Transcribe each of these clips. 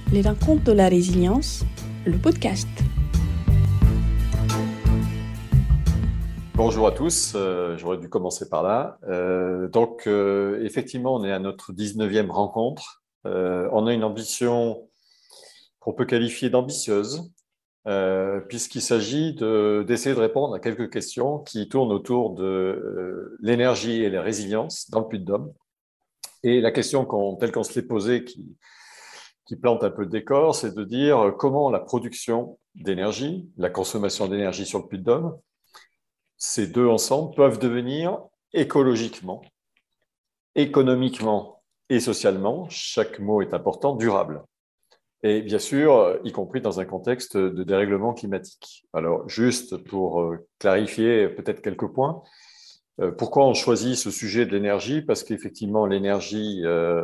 Les rencontres de la résilience, le podcast. Bonjour à tous, j'aurais dû commencer par là. Effectivement, on est à notre 19e rencontre. On a une ambition qu'on peut qualifier d'ambitieuse, puisqu'il s'agit d'essayer de répondre à quelques questions qui tournent autour de l'énergie et la résilience dans le Puy-de-Dôme. Et la question telle qu'on se l'est posée, qui plante un peu le décor, c'est de dire comment la production d'énergie, la consommation d'énergie sur le Puy-de-Dôme, ces deux ensemble peuvent devenir écologiquement, économiquement et socialement, chaque mot est important, durable. Et bien sûr, y compris dans un contexte de dérèglement climatique. Alors, juste pour clarifier peut-être quelques points, pourquoi on choisit ce sujet de l'énergie? Parce qu'effectivement, l'énergie,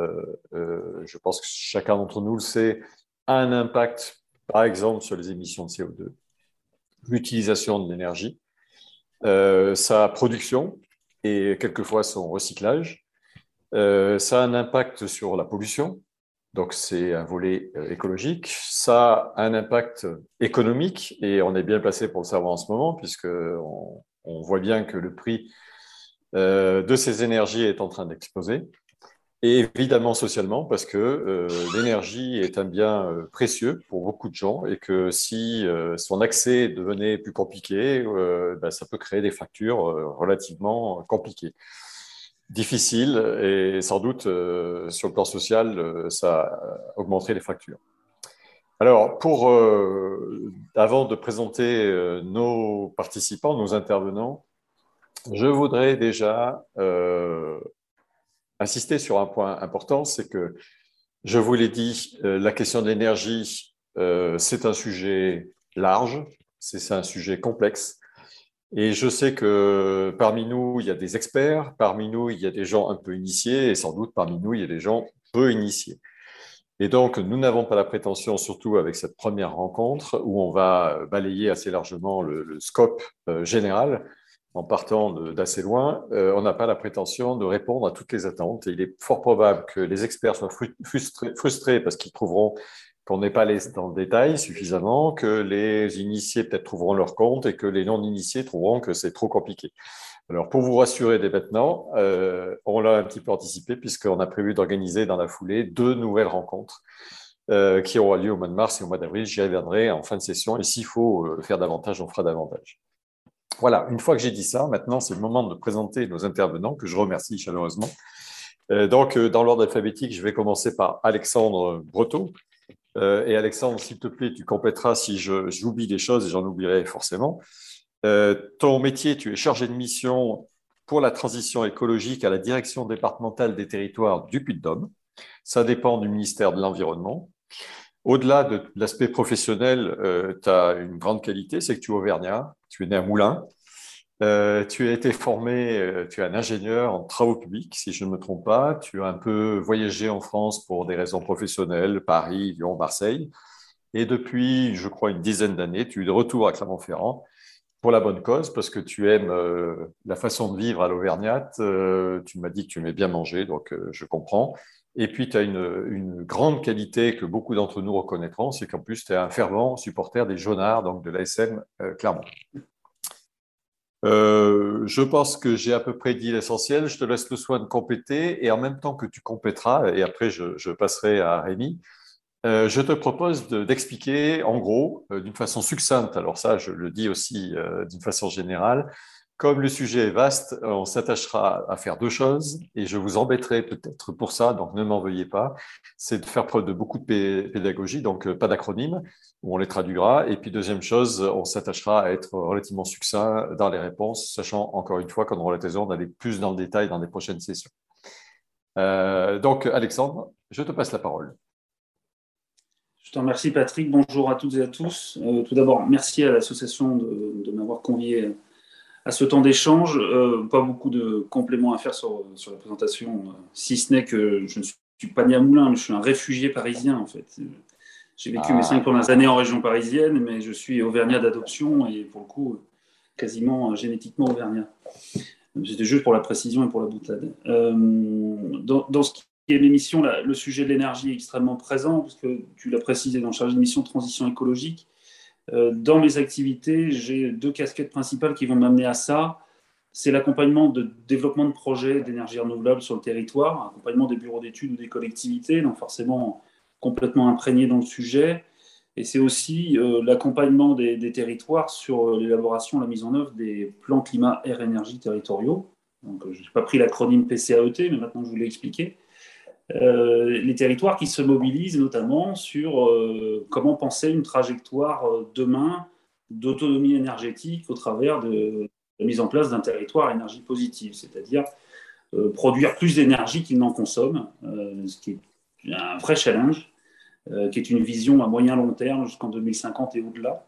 je pense que chacun d'entre nous le sait, a un impact, par exemple, sur les émissions de CO2, l'utilisation de l'énergie, sa production et quelquefois son recyclage. Ça a un impact sur la pollution, donc c'est un volet écologique. Ça a un impact économique et on est bien placé pour le savoir en ce moment puisqu'on voit bien que le prix de ces énergies est en train d'exploser. Et évidemment socialement, parce que l'énergie est un bien précieux pour beaucoup de gens et que si son accès devenait plus compliqué, ça peut créer des fractures relativement compliquées, difficiles et sans doute sur le plan social, ça augmenterait les fractures. Alors, avant de présenter nos participants, nos intervenants, je voudrais déjà insister sur un point important, c'est que, je vous l'ai dit, la question de l'énergie, c'est un sujet large, c'est un sujet complexe. Et je sais que parmi nous, il y a des experts, parmi nous, il y a des gens un peu initiés, et sans doute parmi nous, il y a des gens peu initiés. Et donc, nous n'avons pas la prétention, surtout avec cette première rencontre, où on va balayer assez largement le scope général, en partant d'assez loin, on n'a pas la prétention de répondre à toutes les attentes. Et il est fort probable que les experts soient frustrés parce qu'ils trouveront qu'on n'est pas allé dans le détail suffisamment, que les initiés peut-être trouveront leur compte et que les non-initiés trouveront que c'est trop compliqué. Alors, pour vous rassurer dès maintenant, on l'a un petit peu anticipé puisqu'on a prévu d'organiser dans la foulée 2 nouvelles rencontres qui auront lieu au mois de mars et au mois d'avril. J'y reviendrai en fin de session et s'il faut faire davantage, on fera davantage. Voilà, une fois que j'ai dit ça, maintenant c'est le moment de présenter nos intervenants que je remercie chaleureusement. Dans l'ordre alphabétique, je vais commencer par Alexandre Breteau. Et Alexandre, s'il te plaît, tu compléteras si j'oublie des choses et j'en oublierai forcément. Ton métier, tu es chargé de mission pour la transition écologique à la direction départementale des territoires du Puy-de-Dôme. Ça dépend du ministère de l'Environnement. Au-delà de l'aspect professionnel, tu as une grande qualité, c'est que tu es auvergnat, tu es né à Moulins, tu as été formé, tu es un ingénieur en travaux publics, si je ne me trompe pas. Tu as un peu voyagé en France pour des raisons professionnelles, Paris, Lyon, Marseille. Et depuis, je crois, une dizaine d'années, tu es de retour à Clermont-Ferrand pour la bonne cause, parce que tu aimes la façon de vivre à l'Auvergnate. Tu m'as dit que tu aimais bien manger, donc je comprends. Et puis, tu as une grande qualité que beaucoup d'entre nous reconnaîtront, c'est qu'en plus, tu es un fervent supporter des Jaunards, donc de l'ASM Clermont. Je pense que j'ai à peu près dit l'essentiel. Je te laisse le soin de compléter et en même temps que tu compléteras, et après je passerai à Rémi, je te propose d'expliquer en gros, d'une façon succincte, alors ça je le dis aussi d'une façon générale, comme le sujet est vaste, on s'attachera à faire 2 choses et je vous embêterai peut-être pour ça, donc ne m'en veuillez pas, c'est de faire preuve de beaucoup de pédagogie, donc pas d'acronyme, où on les traduira. Et puis deuxième chose, on s'attachera à être relativement succinct dans les réponses, sachant encore une fois qu'on aura l'occasion d'aller plus dans le détail dans les prochaines sessions. Donc Alexandre, je te passe la parole. Je te remercie Patrick, bonjour à toutes et à tous. Tout d'abord, merci à l'association de m'avoir convié à ce temps d'échange. Pas beaucoup de compléments à faire sur la présentation, si ce n'est que je ne suis pas né à Moulins, mais je suis un réfugié parisien en fait. J'ai vécu mes 5 premières années en région parisienne, mais je suis auvergnat d'adoption et pour le coup, quasiment génétiquement auvergnat. C'était juste pour la précision et pour la boutade. Dans ce émission, le sujet de l'énergie est extrêmement présent, parce que tu l'as précisé dans le chargé de mission transition écologique. Dans mes activités, j'ai 2 casquettes principales qui vont m'amener à ça. C'est l'accompagnement de développement de projets d'énergie renouvelable sur le territoire, accompagnement des bureaux d'études ou des collectivités, donc forcément complètement imprégné dans le sujet. Et c'est aussi l'accompagnement des territoires sur l'élaboration, la mise en œuvre des plans climat, air, énergie territoriaux. Donc, je n'ai pas pris l'acronyme PCAET, mais maintenant je vous l'ai expliqué. Les territoires qui se mobilisent notamment sur comment penser une trajectoire demain d'autonomie énergétique au travers de la mise en place d'un territoire à énergie positive, c'est-à-dire produire plus d'énergie qu'il n'en consomme, ce qui est un vrai challenge, qui est une vision à moyen long terme jusqu'en 2050 et au-delà.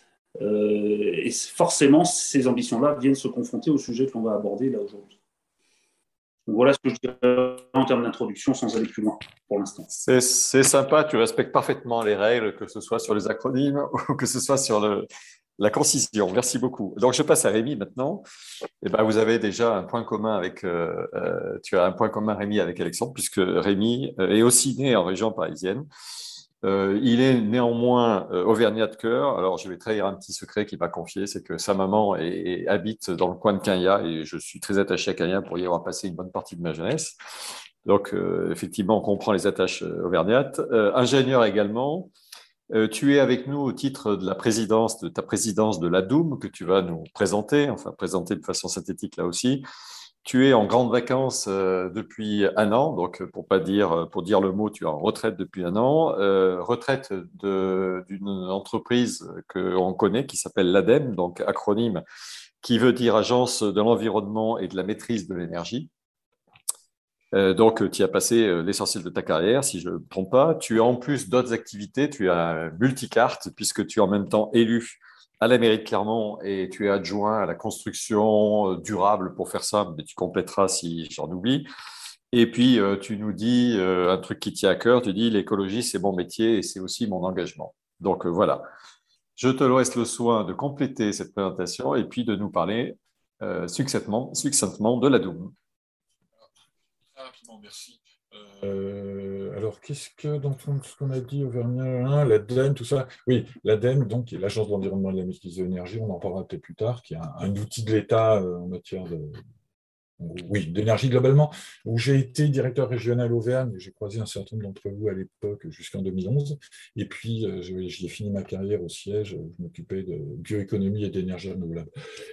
Et forcément, ces ambitions-là viennent se confronter au sujet que l'on va aborder là aujourd'hui. Donc voilà ce que je dirais en termes d'introduction, sans aller plus loin pour l'instant. C'est sympa, tu respectes parfaitement les règles, que ce soit sur les acronymes ou que ce soit sur la concision. Merci beaucoup. Donc, je passe à Rémi maintenant. Eh ben, vous avez déjà un point commun avec, tu as un point commun, Rémi, avec Alexandre, puisque Rémi est aussi né en région parisienne. Il est néanmoins auvergnat de cœur. Alors, je vais trahir un petit secret qu'il m'a confié, c'est que sa maman habite dans le coin de Quinhat et je suis très attaché à Quinhat pour y avoir passé une bonne partie de ma jeunesse. Donc, effectivement, on comprend les attaches auvergnates. Ingénieur également. Tu es avec nous au titre de ta présidence de l'ADOUM que tu vas nous présenter, enfin présenter de façon synthétique là aussi. Tu es en grande vacances depuis un an, donc pour dire le mot, tu es en retraite depuis un an, retraite d'une entreprise qu'on connaît qui s'appelle l'ADEME, donc acronyme qui veut dire Agence de l'environnement et de la maîtrise de l'énergie. Donc, tu y as passé l'essentiel de ta carrière, si je ne me trompe pas. Tu as en plus d'autres activités, tu as multicarte, puisque tu es en même temps élu à la mairie de Clermont et tu es adjoint à la construction durable pour faire ça, mais tu compléteras si j'en oublie. Et puis, tu nous dis un truc qui tient à cœur, tu dis l'écologie, c'est mon métier et c'est aussi mon engagement. Donc, voilà. Je te laisse le soin de compléter cette présentation et puis de nous parler succinctement de la Doum. Rapidement, merci. Alors, qu'est-ce que dans ce qu'on a dit, Auvergnat, l'ADEME, tout ça? Oui, l'ADEME, donc, qui est l'Agence de l'environnement et de la maîtrise de l'énergie, on en parlera peut-être plus tard, qui est un outil de l'État en matière d'énergie globalement, où j'ai été directeur régional Auvergne, j'ai croisé un certain nombre d'entre vous à l'époque jusqu'en 2011, et puis j'y ai fini ma carrière au siège, je m'occupais de bioéconomie et d'énergie renouvelable.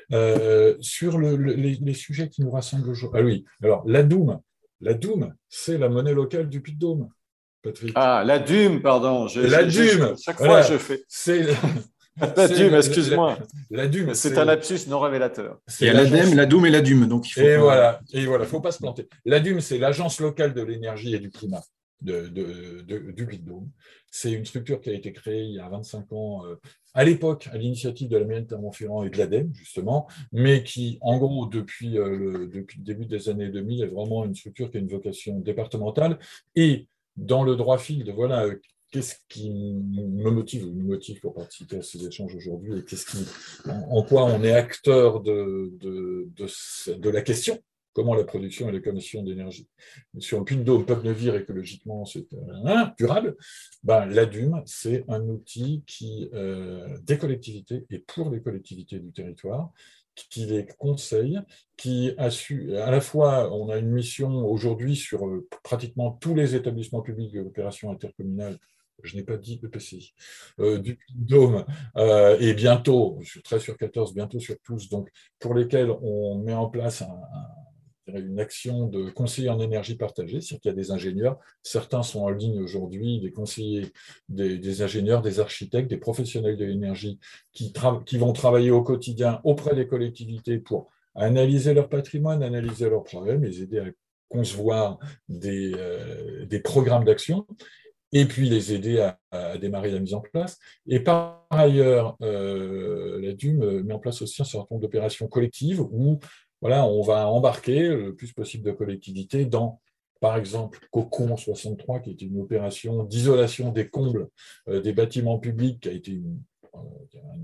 Sur les sujets qui nous rassemblent aujourd'hui, ah oui, alors la Doum, c'est la monnaie locale du Puy-de-Dôme, Patrick. Ah, la DUM, pardon. La DUM. Chaque fois, je fais. C'est la DUM, excuse-moi. La DUM. C'est un lapsus non révélateur. Il y a l'ADEME, la DOUM et la DUM. Donc il faut voilà, faut pas se planter. La DUM, c'est l'Agence locale de l'énergie et du climat du Puy-de-Dôme. C'est une structure qui a été créée il y a 25 ans, à l'époque, à l'initiative de la mairie de Clermont-Ferrand et de l'ADEME, justement, mais qui, en gros, depuis le début des années 2000, est vraiment une structure qui a une vocation départementale. Et dans le droit fil de, voilà, qu'est-ce qui nous motive pour participer à ces échanges aujourd'hui et en quoi on est acteur de la question, comment la production et la consommation d'énergie sur le Puy-de-Dôme peuvent devenir écologiquement durable. L'ADUM, c'est un outil des collectivités et pour les collectivités du territoire, qui les conseille, qui a à la fois, on a une mission aujourd'hui sur pratiquement tous les établissements publics de coopération intercommunale, je n'ai pas dit EPCI, du Puy-de-Dôme, et bientôt, sur 13 sur 14, bientôt sur tous, donc pour lesquels on met en place une action de conseiller en énergie partagée, c'est-à-dire qu'il y a des ingénieurs, certains sont en ligne aujourd'hui, des conseillers, des ingénieurs, des architectes, des professionnels de l'énergie qui vont travailler au quotidien auprès des collectivités pour analyser leur patrimoine, analyser leurs problèmes, les aider à concevoir des programmes d'action, et puis les aider à démarrer la mise en place. Et par ailleurs, la DUM met en place aussi un certain nombre d'opérations collectives où voilà, on va embarquer le plus possible de collectivités dans, par exemple, Cocon 63, qui était une opération d'isolation des combles des bâtiments publics, qui a été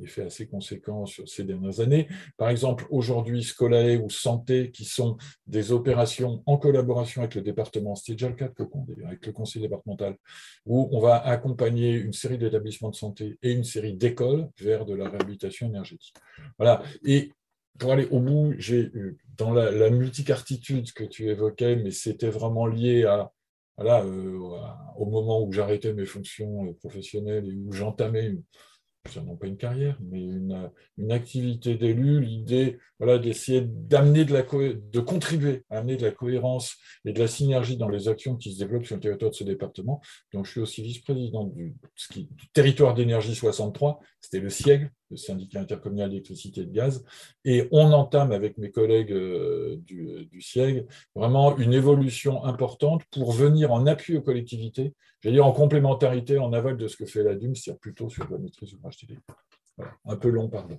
effet assez conséquent sur ces dernières années. Par exemple, aujourd'hui, Scolae ou Santé, qui sont des opérations en collaboration avec le département, c'était déjà le cas de Cocon, d'ailleurs, avec le conseil départemental, où on va accompagner une série d'établissements de santé et une série d'écoles vers de la réhabilitation énergétique. Voilà. Et pour aller au bout, j'ai dans la multicartitude que tu évoquais, mais c'était vraiment lié à voilà, au moment où j'arrêtais mes fonctions professionnelles et où j'entamais, non pas une carrière, mais une activité d'élu, l'idée voilà, d'essayer d'amener de contribuer à amener de la cohérence et de la synergie dans les actions qui se développent sur le territoire de ce département. Donc, je suis aussi vice-président du territoire d'énergie 63, c'était le SIEG, le syndicat intercommunal d'électricité et de gaz, et on entame avec mes collègues du SIEG vraiment une évolution importante pour venir en appui aux collectivités, j'allais dire en complémentarité, en aval de ce que fait l'ADUM, c'est-à-dire plutôt sur la maîtrise ouvrage télé. Voilà. Un peu long, pardon.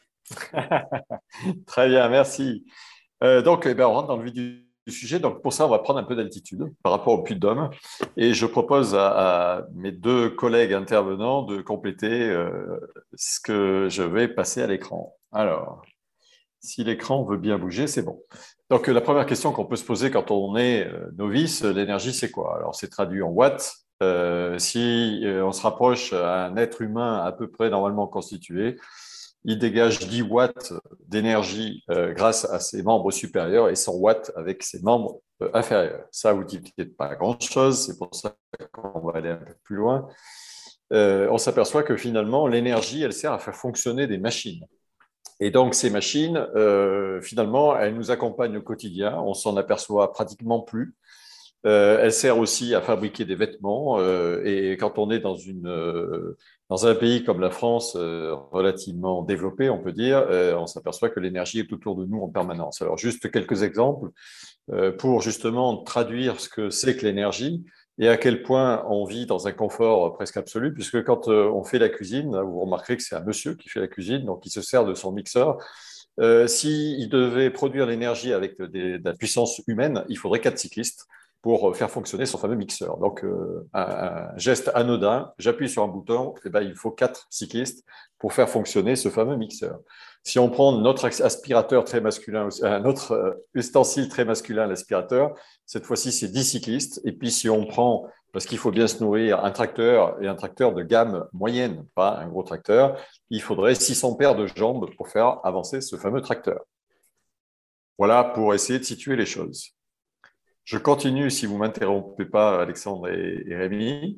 Très bien, merci. Donc, on rentre dans le vif du sujet. Donc, pour ça, on va prendre un peu d'altitude par rapport au Puy-de-Dôme. Et je propose à mes deux collègues intervenants de compléter ce que je vais passer à l'écran. Alors, si l'écran veut bien bouger, c'est bon. Donc, la première question qu'on peut se poser quand on est novice, l'énergie, c'est quoi? Alors, c'est traduit en watts. Si on se rapproche à un être humain à peu près normalement constitué, il dégage 10 watts d'énergie grâce à ses membres supérieurs et 100 watts avec ses membres inférieurs. Ça, vous dit peut-être pas grand-chose, c'est pour ça qu'on va aller un peu plus loin. On s'aperçoit que finalement, l'énergie, elle sert à faire fonctionner des machines. Et donc, ces machines, finalement, elles nous accompagnent au quotidien, on s'en aperçoit pratiquement plus. Elle sert aussi à fabriquer des vêtements et quand on est dans un pays comme la France, relativement développé, on peut dire, on s'aperçoit que l'énergie est autour de nous en permanence. Alors, juste quelques exemples pour justement traduire ce que c'est que l'énergie et à quel point on vit dans un confort presque absolu, puisque quand on fait la cuisine, vous remarquerez que c'est un monsieur qui fait la cuisine, donc il se sert de son mixeur. S'il devait produire l'énergie avec de la puissance humaine, il faudrait 4 cyclistes pour faire fonctionner son fameux mixeur. Donc, un geste anodin, j'appuie sur un bouton, et ben, il faut 4 cyclistes pour faire fonctionner ce fameux mixeur. Si on prend notre aspirateur très masculin, notre ustensile très masculin, l'aspirateur, cette fois-ci, c'est 10 cyclistes. Et puis, si on prend, parce qu'il faut bien se nourrir, un tracteur et un tracteur de gamme moyenne, pas un gros tracteur, il faudrait 600 paires de jambes pour faire avancer ce fameux tracteur. Voilà pour essayer de situer les choses. Je continue, si vous ne m'interrompez pas, Alexandre et Rémi.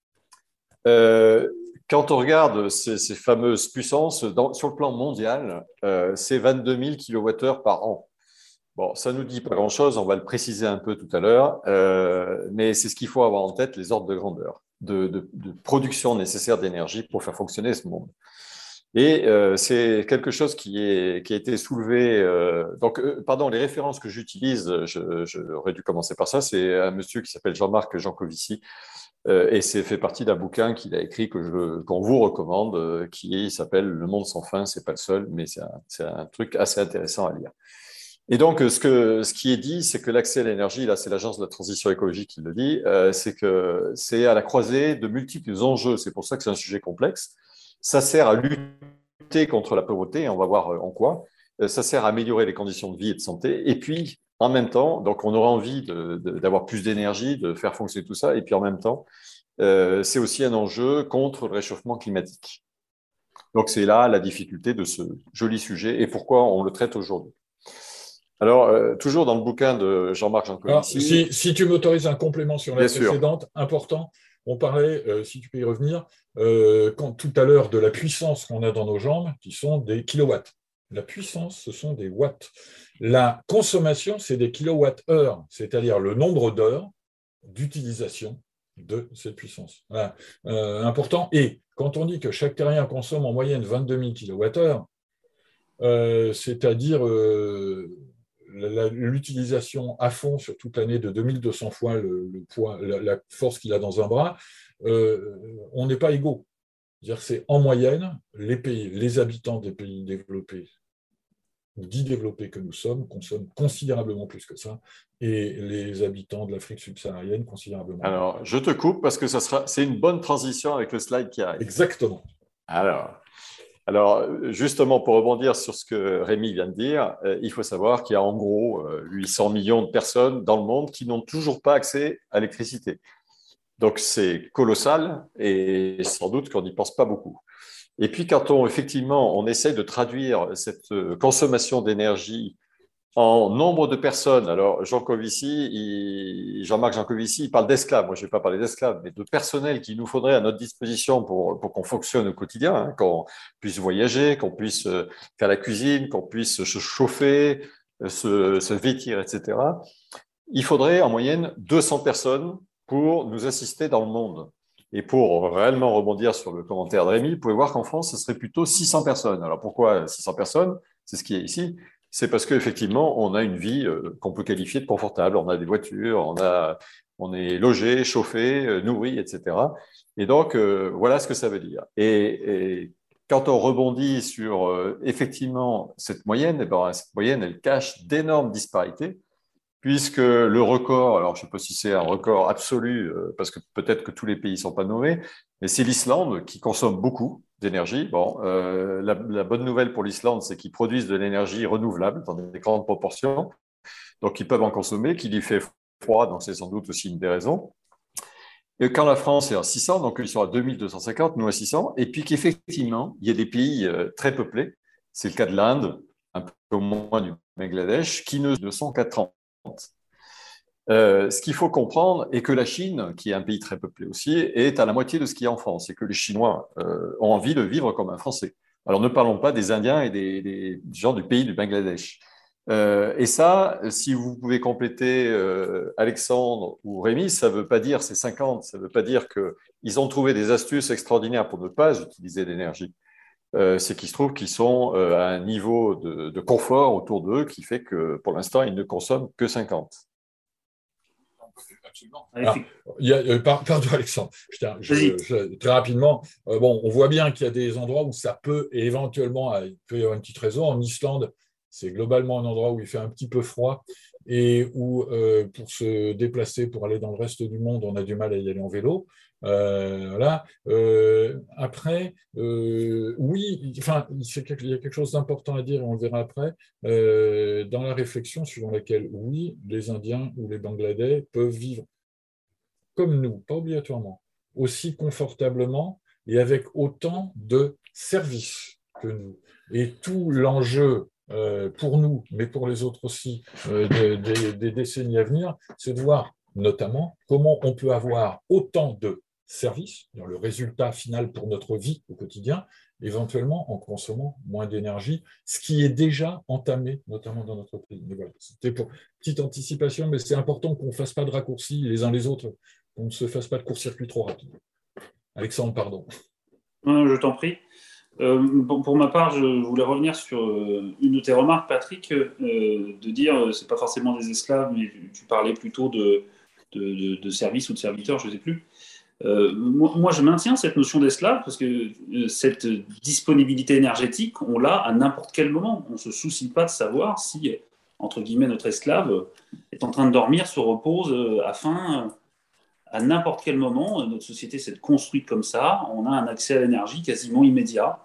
Quand on regarde ces fameuses puissances, sur le plan mondial, c'est 22 000 kWh par an. Bon, ça ne nous dit pas grand-chose, on va le préciser un peu tout à l'heure, mais c'est ce qu'il faut avoir en tête, les ordres de grandeur de production nécessaire d'énergie pour faire fonctionner ce monde. Et c'est quelque chose qui a été soulevé. Pardon, les références que j'utilise, j'aurais dû commencer par ça, c'est un monsieur qui s'appelle Jean-Marc Jancovici, et c'est fait partie d'un bouquin qu'il a écrit qu'on vous recommande, qui s'appelle Le monde sans fin. C'est pas le seul, mais c'est un truc assez intéressant à lire. Et donc, ce qui est dit, c'est que l'accès à l'énergie, là, c'est l'Agence de la transition écologique qui le dit, c'est que c'est à la croisée de multiples enjeux. C'est pour ça que c'est un sujet complexe. Ça sert à lutter contre la pauvreté, on va voir en quoi. Ça sert à améliorer les conditions de vie et de santé. Et puis, en même temps, donc on aura envie d'avoir plus d'énergie, de faire fonctionner tout ça. Et puis, en même temps, c'est aussi un enjeu contre le réchauffement climatique. Donc, c'est là la difficulté de ce joli sujet et pourquoi on le traite aujourd'hui. Alors, toujours dans le bouquin de Jean-Marc Jancovici… Si tu m'autorises un complément sur la précédente, important, on parlait, si tu peux y revenir, tout à l'heure de la puissance qu'on a dans nos jambes, qui sont des kilowatts. La puissance, ce sont des watts. La consommation, c'est des kilowattheures, c'est-à-dire le nombre d'heures d'utilisation de cette puissance. Voilà. Important. Et quand on dit que chaque terrien consomme en moyenne 22 000 kilowattheures, c'est-à-dire l'utilisation à fond sur toute l'année de 2200 fois le poids, la force qu'il a dans un bras, on n'est pas égaux. C'est-à-dire c'est en moyenne, les habitants des pays développés, ou dits développés que nous sommes, consomment considérablement plus que ça, et les habitants de l'Afrique subsaharienne considérablement moins. Alors, je te coupe parce que c'est une bonne transition avec le slide qui arrive. Exactement. Alors, Alors, justement, pour rebondir sur ce que Rémi vient de dire, il faut savoir qu'il y a en gros 800 millions de personnes dans le monde qui n'ont toujours pas accès à l'électricité. Donc, c'est colossal et sans doute qu'on n'y pense pas beaucoup. Et puis, quand effectivement, on essaie de traduire cette consommation d'énergie en nombre de personnes, alors Jean-Marc Jancovici, il parle d'esclaves. Moi, je ne vais pas parler d'esclaves, mais de personnel qu'il nous faudrait à notre disposition pour qu'on fonctionne au quotidien, hein, qu'on puisse voyager, qu'on puisse faire la cuisine, qu'on puisse se chauffer, se vêtir, etc. Il faudrait en moyenne 200 personnes pour nous assister dans le monde. Et pour réellement rebondir sur le commentaire de Rémi, vous pouvez voir qu'en France, ce serait plutôt 600 personnes. Alors pourquoi 600 personnes? C'est ce qui est ici. C'est parce qu'effectivement, on a une vie qu'on peut qualifier de confortable. On a des voitures, on est logé, chauffé, nourri, etc. Et donc, voilà ce que ça veut dire. Et quand on rebondit sur effectivement cette moyenne, eh ben, cette moyenne, elle cache d'énormes disparités, puisque le record, alors je ne sais pas si c'est un record absolu, parce que peut-être que tous les pays ne sont pas nommés, mais c'est l'Islande qui consomme beaucoup d'énergie. Bon, la bonne nouvelle pour l'Islande, c'est qu'ils produisent de l'énergie renouvelable dans des grandes proportions, donc ils peuvent en consommer, qu'il y fait froid, donc c'est sans doute aussi une des raisons. Et quand la France est à 600, donc ils sont à 2250, nous à 600, et puis qu'effectivement, il y a des pays très peuplés, c'est le cas de l'Inde, un peu moins du Bangladesh, qui ne sont qu'à 30. Ce qu'il faut comprendre est que la Chine, qui est un pays très peuplé aussi, est à la moitié de ce qu'il y a en France et que les Chinois ont envie de vivre comme un Français. Alors ne parlons pas des Indiens et des gens du pays du Bangladesh. Et ça, si vous pouvez compléter Alexandre ou Rémi, ça ne veut pas dire c'est 50, ça ne veut pas dire qu'ils ont trouvé des astuces extraordinaires pour ne pas utiliser d'énergie. C'est qu'il se trouve qu'ils sont à un niveau de confort autour d'eux qui fait que pour l'instant, ils ne consomment que 50. Absolument. Alors, pardon Alexandre, très rapidement, bon, on voit bien qu'il y a des endroits où ça peut, et éventuellement, il peut y avoir une petite raison. En Islande, c'est globalement un endroit où il fait un petit peu froid et où pour se déplacer, pour aller dans le reste du monde, on a du mal à y aller en vélo. Voilà. Après, oui, enfin, il y a quelque chose d'important à dire et on le verra après, dans la réflexion suivant laquelle, oui, les Indiens ou les Bangladais peuvent vivre comme nous, pas obligatoirement, aussi confortablement et avec autant de services que nous. Et tout l'enjeu pour nous, mais pour les autres aussi, des décennies à venir, c'est de voir notamment comment on peut avoir autant de services, le résultat final pour notre vie au quotidien, éventuellement en consommant moins d'énergie, ce qui est déjà entamé, notamment dans notre pays. Mais voilà, c'était pour petite anticipation, mais c'est important qu'on ne fasse pas de raccourcis les uns les autres, qu'on ne se fasse pas de court-circuit trop rapide. Alexandre, pardon. Je t'en prie. Pour ma part, je voulais revenir sur une de tes remarques, Patrick, de dire c'est pas forcément des esclaves, mais tu parlais plutôt de services ou de serviteurs, je ne sais plus. Moi, je maintiens cette notion d'esclave parce que cette disponibilité énergétique, on l'a à n'importe quel moment. On ne se soucie pas de savoir si, entre guillemets, notre esclave est en train de dormir, se repose, a faim. À n'importe quel moment, notre société s'est construite comme ça. On a un accès à l'énergie quasiment immédiat.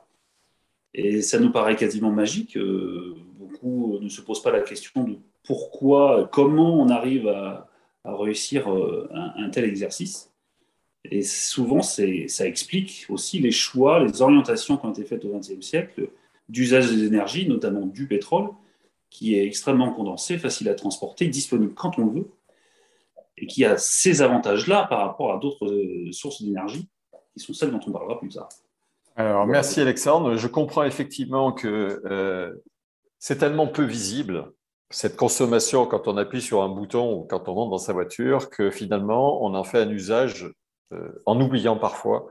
Et ça nous paraît quasiment magique. Beaucoup ne se posent pas la question de pourquoi, comment on arrive à réussir un tel exercice. Et souvent, ça explique aussi les choix, les orientations qui ont été faites au XXe siècle d'usage des énergies, notamment du pétrole, qui est extrêmement condensé, facile à transporter, disponible quand on le veut, et qui a ces avantages-là par rapport à d'autres sources d'énergie, qui sont celles dont on parlera plus tard. Alors, merci Alexandre. Je comprends effectivement que c'est tellement peu visible, cette consommation quand on appuie sur un bouton ou quand on monte dans sa voiture, que finalement, on en fait un usage en oubliant parfois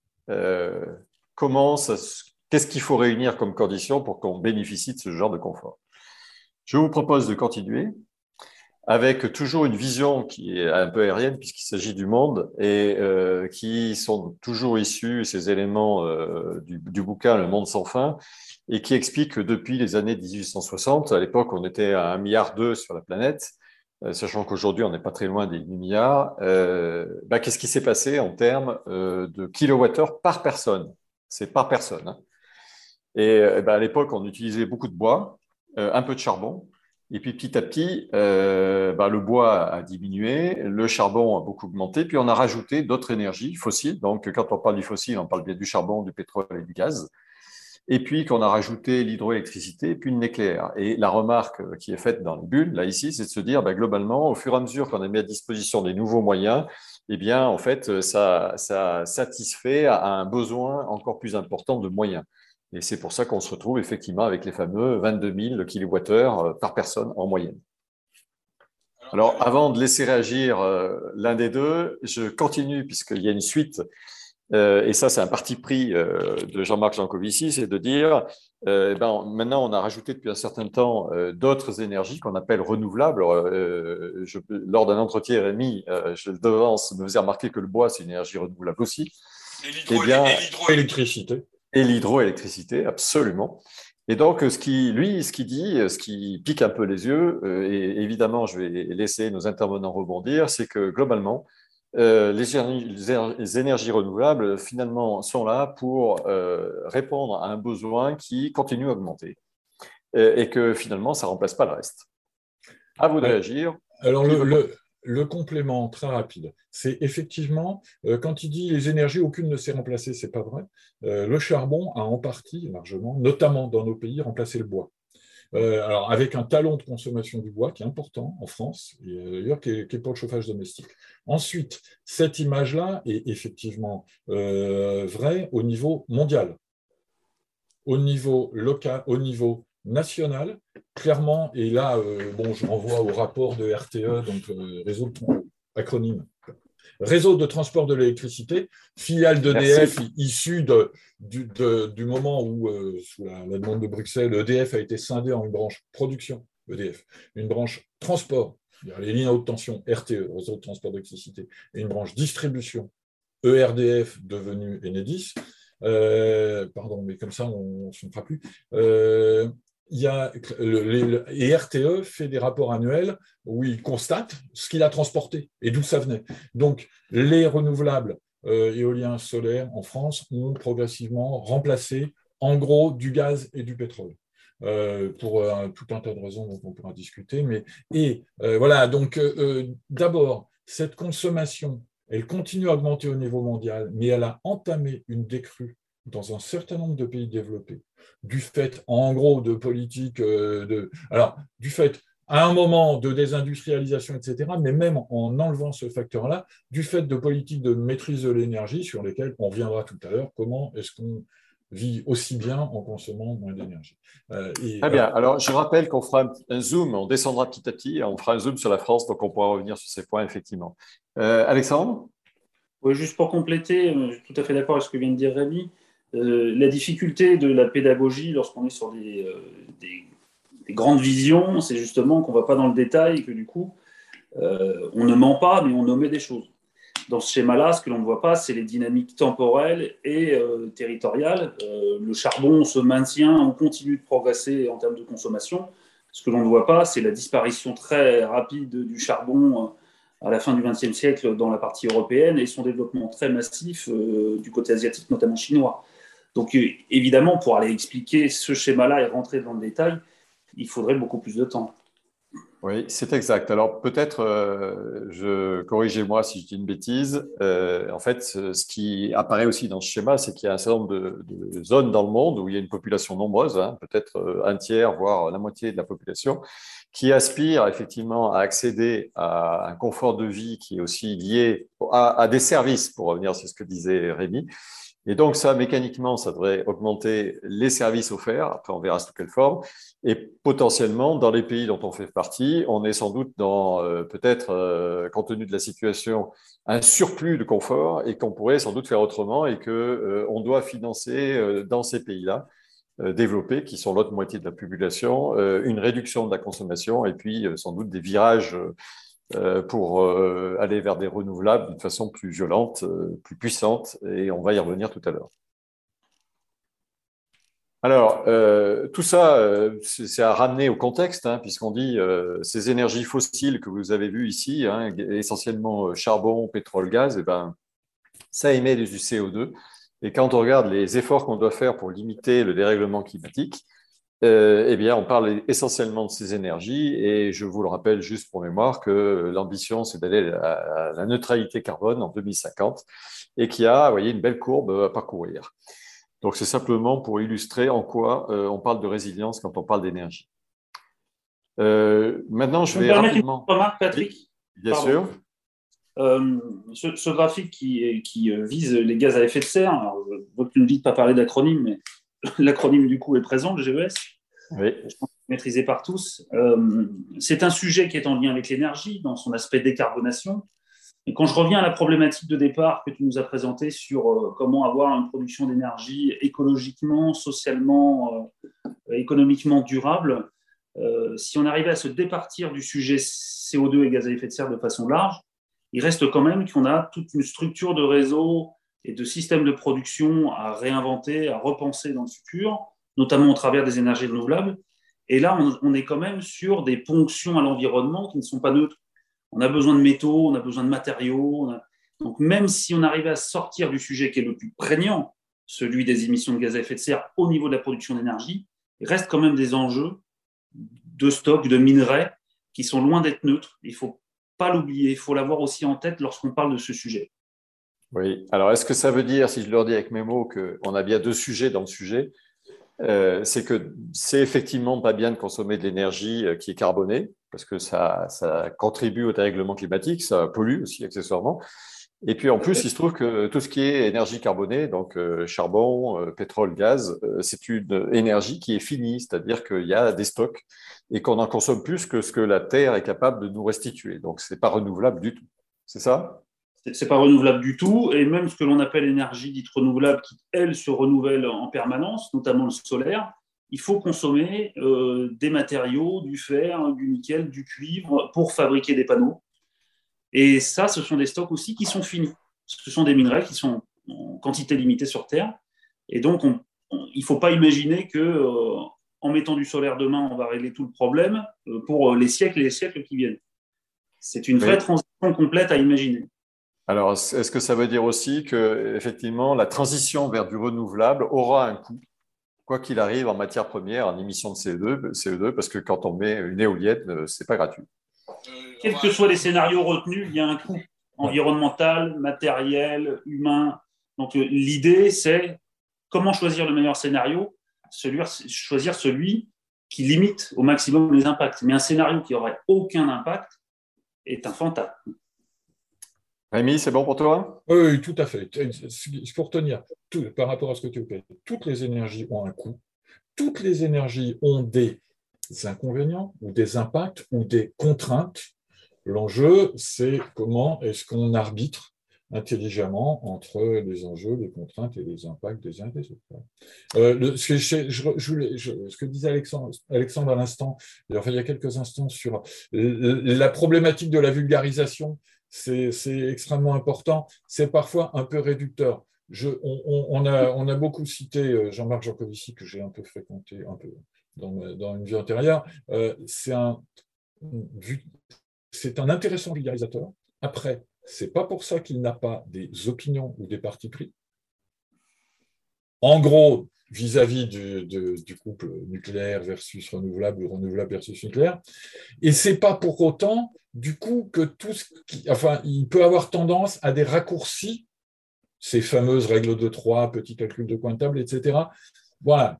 qu'est-ce qu'il faut réunir comme condition pour qu'on bénéficie de ce genre de confort. Je vous propose de continuer avec toujours une vision qui est un peu aérienne puisqu'il s'agit du monde et qui sont toujours issus, ces éléments du bouquin Le Monde sans fin, et qui explique que depuis les années 1860, à l'époque on était à 1,2 milliard sur la planète, sachant qu'aujourd'hui on n'est pas très loin des 8 milliards, qu'est-ce qui s'est passé en termes de kilowattheures par personne? C'est par personne. Hein. Et à l'époque, on utilisait beaucoup de bois, un peu de charbon. Et puis petit à petit, le bois a diminué, le charbon a beaucoup augmenté, puis on a rajouté d'autres énergies fossiles. Donc quand on parle du fossile, on parle bien du charbon, du pétrole et du gaz. Et puis qu'on a rajouté l'hydroélectricité, puis le nucléaire. Et la remarque qui est faite dans les bulles, là ici, c'est de se dire, globalement, au fur et à mesure qu'on a mis à disposition des nouveaux moyens, eh bien, en fait, ça satisfait à un besoin encore plus important de moyens. Et c'est pour ça qu'on se retrouve effectivement avec les fameux 22 000 kWh par personne en moyenne. Alors, avant de laisser réagir l'un des deux, je continue puisqu'il y a une suite. Et ça, c'est un parti pris de Jean-Marc Jancovici, c'est de dire, maintenant, on a rajouté depuis un certain temps d'autres énergies qu'on appelle renouvelables. Lors d'un entretien, Rémi, je le devance, me faisait remarquer que le bois, c'est une énergie renouvelable aussi. Et l'hydroélectricité. Et l'hydroélectricité, absolument. Et donc, ce qu'il dit, ce qui pique un peu les yeux, et évidemment, je vais laisser nos intervenants rebondir, c'est que globalement, les énergies renouvelables, finalement, sont là pour répondre à un besoin qui continue à augmenter et que finalement, ça ne remplace pas le reste. À vous de réagir. Alors, le complément très rapide, c'est effectivement, quand il dit les énergies, aucune ne s'est remplacée, ce n'est pas vrai. Le charbon a en partie, largement, notamment dans nos pays, remplacé le bois. Alors, avec un talon de consommation du bois qui est important en France, et d'ailleurs qui est pour le chauffage domestique. Ensuite, cette image-là est effectivement vraie au niveau mondial, au niveau local, au niveau national, clairement, et là, je renvoie au rapport de RTE, donc Réseau de transport de l'électricité, filiale d'EDF, issue du moment où, sous la demande de Bruxelles, EDF a été scindé en une branche production, EDF, une branche transport, les lignes à haute tension, RTE, Réseau de transport d'électricité, et une branche distribution, ERDF, devenu Enedis. Mais comme ça, on ne se fera plus. Et RTE fait des rapports annuels où il constate ce qu'il a transporté et d'où ça venait. Donc, les renouvelables éoliens solaires en France ont progressivement remplacé, en gros, du gaz et du pétrole. Pour tout un tas de raisons dont on pourra discuter. Voilà, donc d'abord, cette consommation, elle continue à augmenter au niveau mondial, mais elle a entamé une décrue dans un certain nombre de pays développés, du fait, en gros, de politiques du fait, à un moment, de désindustrialisation, etc., mais même en enlevant ce facteur-là, du fait de politiques de maîtrise de l'énergie sur lesquelles on reviendra tout à l'heure, comment est-ce qu'on vit aussi bien en consommant moins d'énergie. Très bien. Alors, je rappelle qu'on fera un zoom, on descendra petit à petit, et on fera un zoom sur la France, donc on pourra revenir sur ces points, effectivement. Alexandre ? Oui, juste pour compléter, je suis tout à fait d'accord avec ce que vient de dire Rémi. La difficulté de la pédagogie lorsqu'on est sur des grandes visions, c'est justement qu'on ne va pas dans le détail et que du coup, on ne ment pas, mais on omet des choses. Dans ce schéma-là, ce que l'on ne voit pas, c'est les dynamiques temporelles et territoriales. Le charbon se maintient, on continue de progresser en termes de consommation. Ce que l'on ne voit pas, c'est la disparition très rapide du charbon à la fin du XXe siècle dans la partie européenne et son développement très massif du côté asiatique, notamment chinois. Donc évidemment, pour aller expliquer ce schéma-là et rentrer dans le détail, il faudrait beaucoup plus de temps. Oui, c'est exact. Alors peut-être, corrigez-moi si je dis une bêtise, en fait, ce qui apparaît aussi dans ce schéma, c'est qu'il y a un certain nombre de zones dans le monde où il y a une population nombreuse, peut-être un tiers, voire la moitié de la population, qui aspire effectivement à accéder à un confort de vie qui est aussi lié à des services, pour revenir sur ce que disait Rémi. Et donc, ça, mécaniquement, ça devrait augmenter les services offerts. Après, on verra sous quelle forme. Et potentiellement, dans les pays dont on fait partie, on est sans doute dans, peut-être, compte tenu de la situation, un surplus de confort et qu'on pourrait sans doute faire autrement et qu'on doit financer dans ces pays-là développés, qui sont l'autre moitié de la population, une réduction de la consommation et puis sans doute des virages pour aller vers des renouvelables d'une façon plus violente, plus puissante, et on va y revenir tout à l'heure. Alors, tout ça, c'est à ramener au contexte, puisqu'on dit ces énergies fossiles que vous avez vues ici, essentiellement charbon, pétrole, gaz, ça émet du CO2. Et quand on regarde les efforts qu'on doit faire pour limiter le dérèglement climatique, eh bien, on parle essentiellement de ces énergies. Et je vous le rappelle juste pour mémoire que l'ambition, c'est d'aller à la neutralité carbone en 2050 et qu'il y a, vous voyez, une belle courbe à parcourir. Donc, c'est simplement pour illustrer en quoi on parle de résilience quand on parle d'énergie. Maintenant, je vais rapidement… Une remarque, Patrick. Bien sûr. Ce graphique qui vise les gaz à effet de serre, alors, je veux que tu ne dises pas parler d'acronyme, mais l'acronyme du coup est présent, le GES. Oui. Je pense maîtrisé par tous. C'est un sujet qui est en lien avec l'énergie dans son aspect décarbonation. Et quand je reviens à la problématique de départ que tu nous as présentée sur comment avoir une production d'énergie écologiquement, socialement, économiquement durable, si on arrivait à se départir du sujet CO2 et gaz à effet de serre de façon large, il reste quand même qu'on a toute une structure de réseau et de systèmes de production à réinventer, à repenser dans le futur, notamment au travers des énergies renouvelables. Et là, on est quand même sur des ponctions à l'environnement qui ne sont pas neutres. On a besoin de métaux, on a besoin de matériaux. Donc, même si on arrivait à sortir du sujet qui est le plus prégnant, celui des émissions de gaz à effet de serre au niveau de la production d'énergie, il reste quand même des enjeux de stock, de minerais qui sont loin d'être neutres. Il ne faut pas l'oublier, il faut l'avoir aussi en tête lorsqu'on parle de ce sujet. Oui, alors est-ce que ça veut dire, si je leur dis avec mes mots, qu'on a bien deux sujets dans le sujet, c'est que c'est effectivement pas bien de consommer de l'énergie qui est carbonée, parce que ça contribue au dérèglement climatique, ça pollue aussi accessoirement. Et puis en plus, il se trouve que tout ce qui est énergie carbonée, donc charbon, pétrole, gaz, c'est une énergie qui est finie, c'est-à-dire qu'il y a des stocks et qu'on en consomme plus que ce que la Terre est capable de nous restituer. Donc, ce n'est pas renouvelable du tout. C'est ça ? C'est pas renouvelable du tout. Et même ce que l'on appelle énergie dite renouvelable, qui, elle, se renouvelle en permanence, notamment le solaire, il faut consommer des matériaux, du fer, du nickel, du cuivre pour fabriquer des panneaux. Et ça, ce sont des stocks aussi qui sont finis. Ce sont des minerais qui sont en quantité limitée sur Terre. Et donc, il ne faut pas imaginer que en mettant du solaire demain, on va régler tout le problème pour les siècles et les siècles qui viennent. C'est une vraie transition complète à imaginer. Alors, est-ce que ça veut dire aussi que, effectivement, la transition vers du renouvelable aura un coût, quoi qu'il arrive en matière première, en émissions de CO2, parce que quand on met une éolienne, ce n'est pas gratuit. Quels que soient les scénarios retenus, il y a un coût environnemental, matériel, humain. Donc, l'idée, c'est comment choisir le meilleur scénario, choisir celui qui limite au maximum les impacts. Mais un scénario qui n'aurait aucun impact est un fantasme. Rémi, c'est bon pour toi ? Oui, tout à fait. Pour tenir, par rapport à ce que tu as dit, toutes les énergies ont un coût. Toutes les énergies ont des inconvénients ou des impacts ou des contraintes. L'enjeu, c'est comment est-ce qu'on arbitre intelligemment entre les enjeux, les contraintes et les impacts des uns et des autres. Ce que disait Alexandre à l'instant, enfin, il y a quelques instants, sur la problématique de la vulgarisation, c'est extrêmement important. C'est parfois un peu réducteur. On a beaucoup cité Jean-Marc Jancovici, que j'ai un peu fréquenté un peu dans une vie antérieure. C'est un intéressant vulgarisateur. Après, ce n'est pas pour ça qu'il n'a pas des opinions ou des partis pris. En gros, vis-à-vis du couple nucléaire versus renouvelable ou renouvelable versus nucléaire. Et ce n'est pas pour autant, du coup, que il peut avoir tendance à des raccourcis, ces fameuses règles de 3, petits calculs de coin de table, etc., voilà,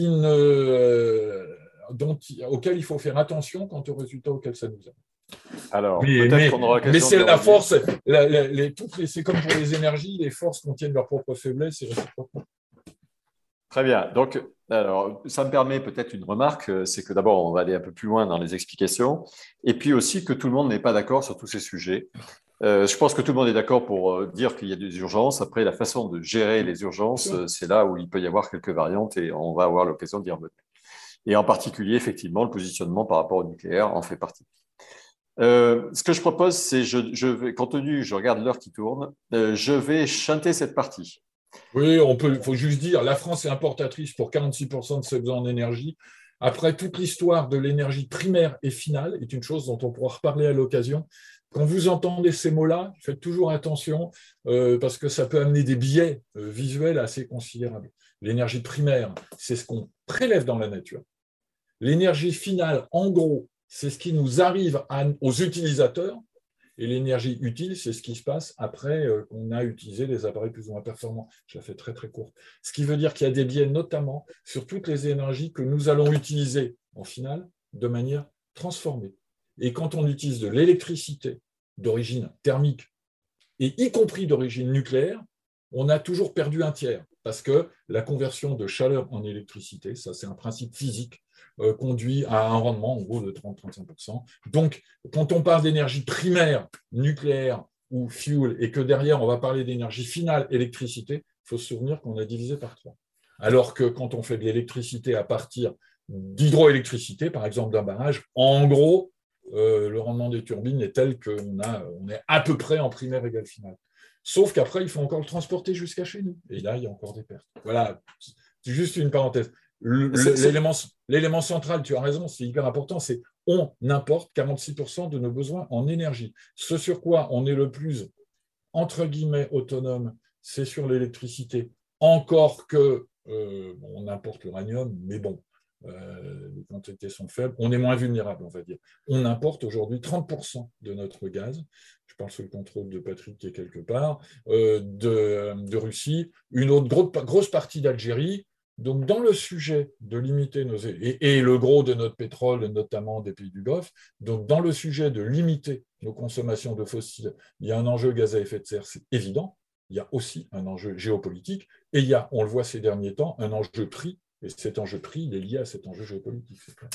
auxquels il faut faire attention quant aux résultats auxquels ça nous amène. Alors, peut-être qu'on aura l'occasion. Mais c'est la force, c'est comme pour les énergies, les forces contiennent leurs propres faiblesses et réciproquement. Très bien. Donc, alors, ça me permet peut-être une remarque, c'est que d'abord, on va aller un peu plus loin dans les explications, et puis aussi que tout le monde n'est pas d'accord sur tous ces sujets. Je pense que tout le monde est d'accord pour dire qu'il y a des urgences. Après, la façon de gérer les urgences, c'est là où il peut y avoir quelques variantes et on va avoir l'occasion d'y revenir. Et en particulier, effectivement, le positionnement par rapport au nucléaire en fait partie. Ce que je propose, c'est, compte tenu, je regarde l'heure qui tourne, je vais chanter cette partie. Oui, il faut juste dire, la France est importatrice pour 46% de ses besoins en énergie. Après, toute l'histoire de l'énergie primaire et finale est une chose dont on pourra reparler à l'occasion, Quand vous entendez ces mots-là, faites toujours attention parce que ça peut amener des biais visuels assez considérables. L'énergie primaire, c'est ce qu'on prélève dans la nature. L'énergie finale, en gros, c'est ce qui nous arrive aux utilisateurs. Et l'énergie utile, c'est ce qui se passe après qu'on a utilisé les appareils plus ou moins performants. Je la fais très, très courte. Ce qui veut dire qu'il y a des biais, notamment sur toutes les énergies que nous allons utiliser, en finale, de manière transformée. Et quand on utilise de l'électricité d'origine thermique, et y compris d'origine nucléaire, on a toujours perdu un tiers, parce que la conversion de chaleur en électricité, ça c'est un principe physique, conduit à un rendement en gros de 30-35%. Donc, quand on parle d'énergie primaire, nucléaire ou fuel, et que derrière on va parler d'énergie finale, électricité, il faut se souvenir qu'on a divisé par 3. Alors que quand on fait de l'électricité à partir d'hydroélectricité, par exemple d'un barrage, en gros, le rendement des turbines est tel qu'on est à peu près en primaire égale finale. Sauf qu'après, il faut encore le transporter jusqu'à chez nous. Et là, il y a encore des pertes. Voilà, c'est juste une parenthèse. L'élément central, tu as raison, c'est hyper important, c'est on importe 46% de nos besoins en énergie. Ce sur quoi on est le plus, entre guillemets, autonome, c'est sur l'électricité. Encore que on importe l'uranium, mais bon, les quantités sont faibles, on est moins vulnérable, on va dire. On importe aujourd'hui 30% de notre gaz, je parle sous le contrôle de Patrick qui est quelque part, de Russie, une autre grosse partie d'Algérie. Donc, dans le sujet de limiter nos... Et le gros de notre pétrole, notamment des pays du Golfe, donc dans le sujet de limiter nos consommations de fossiles, il y a un enjeu gaz à effet de serre, c'est évident. Il y a aussi un enjeu géopolitique. Et il y a, on le voit ces derniers temps, un enjeu prix. Et cet enjeu prix, il est lié à cet enjeu géopolitique, c'est clair.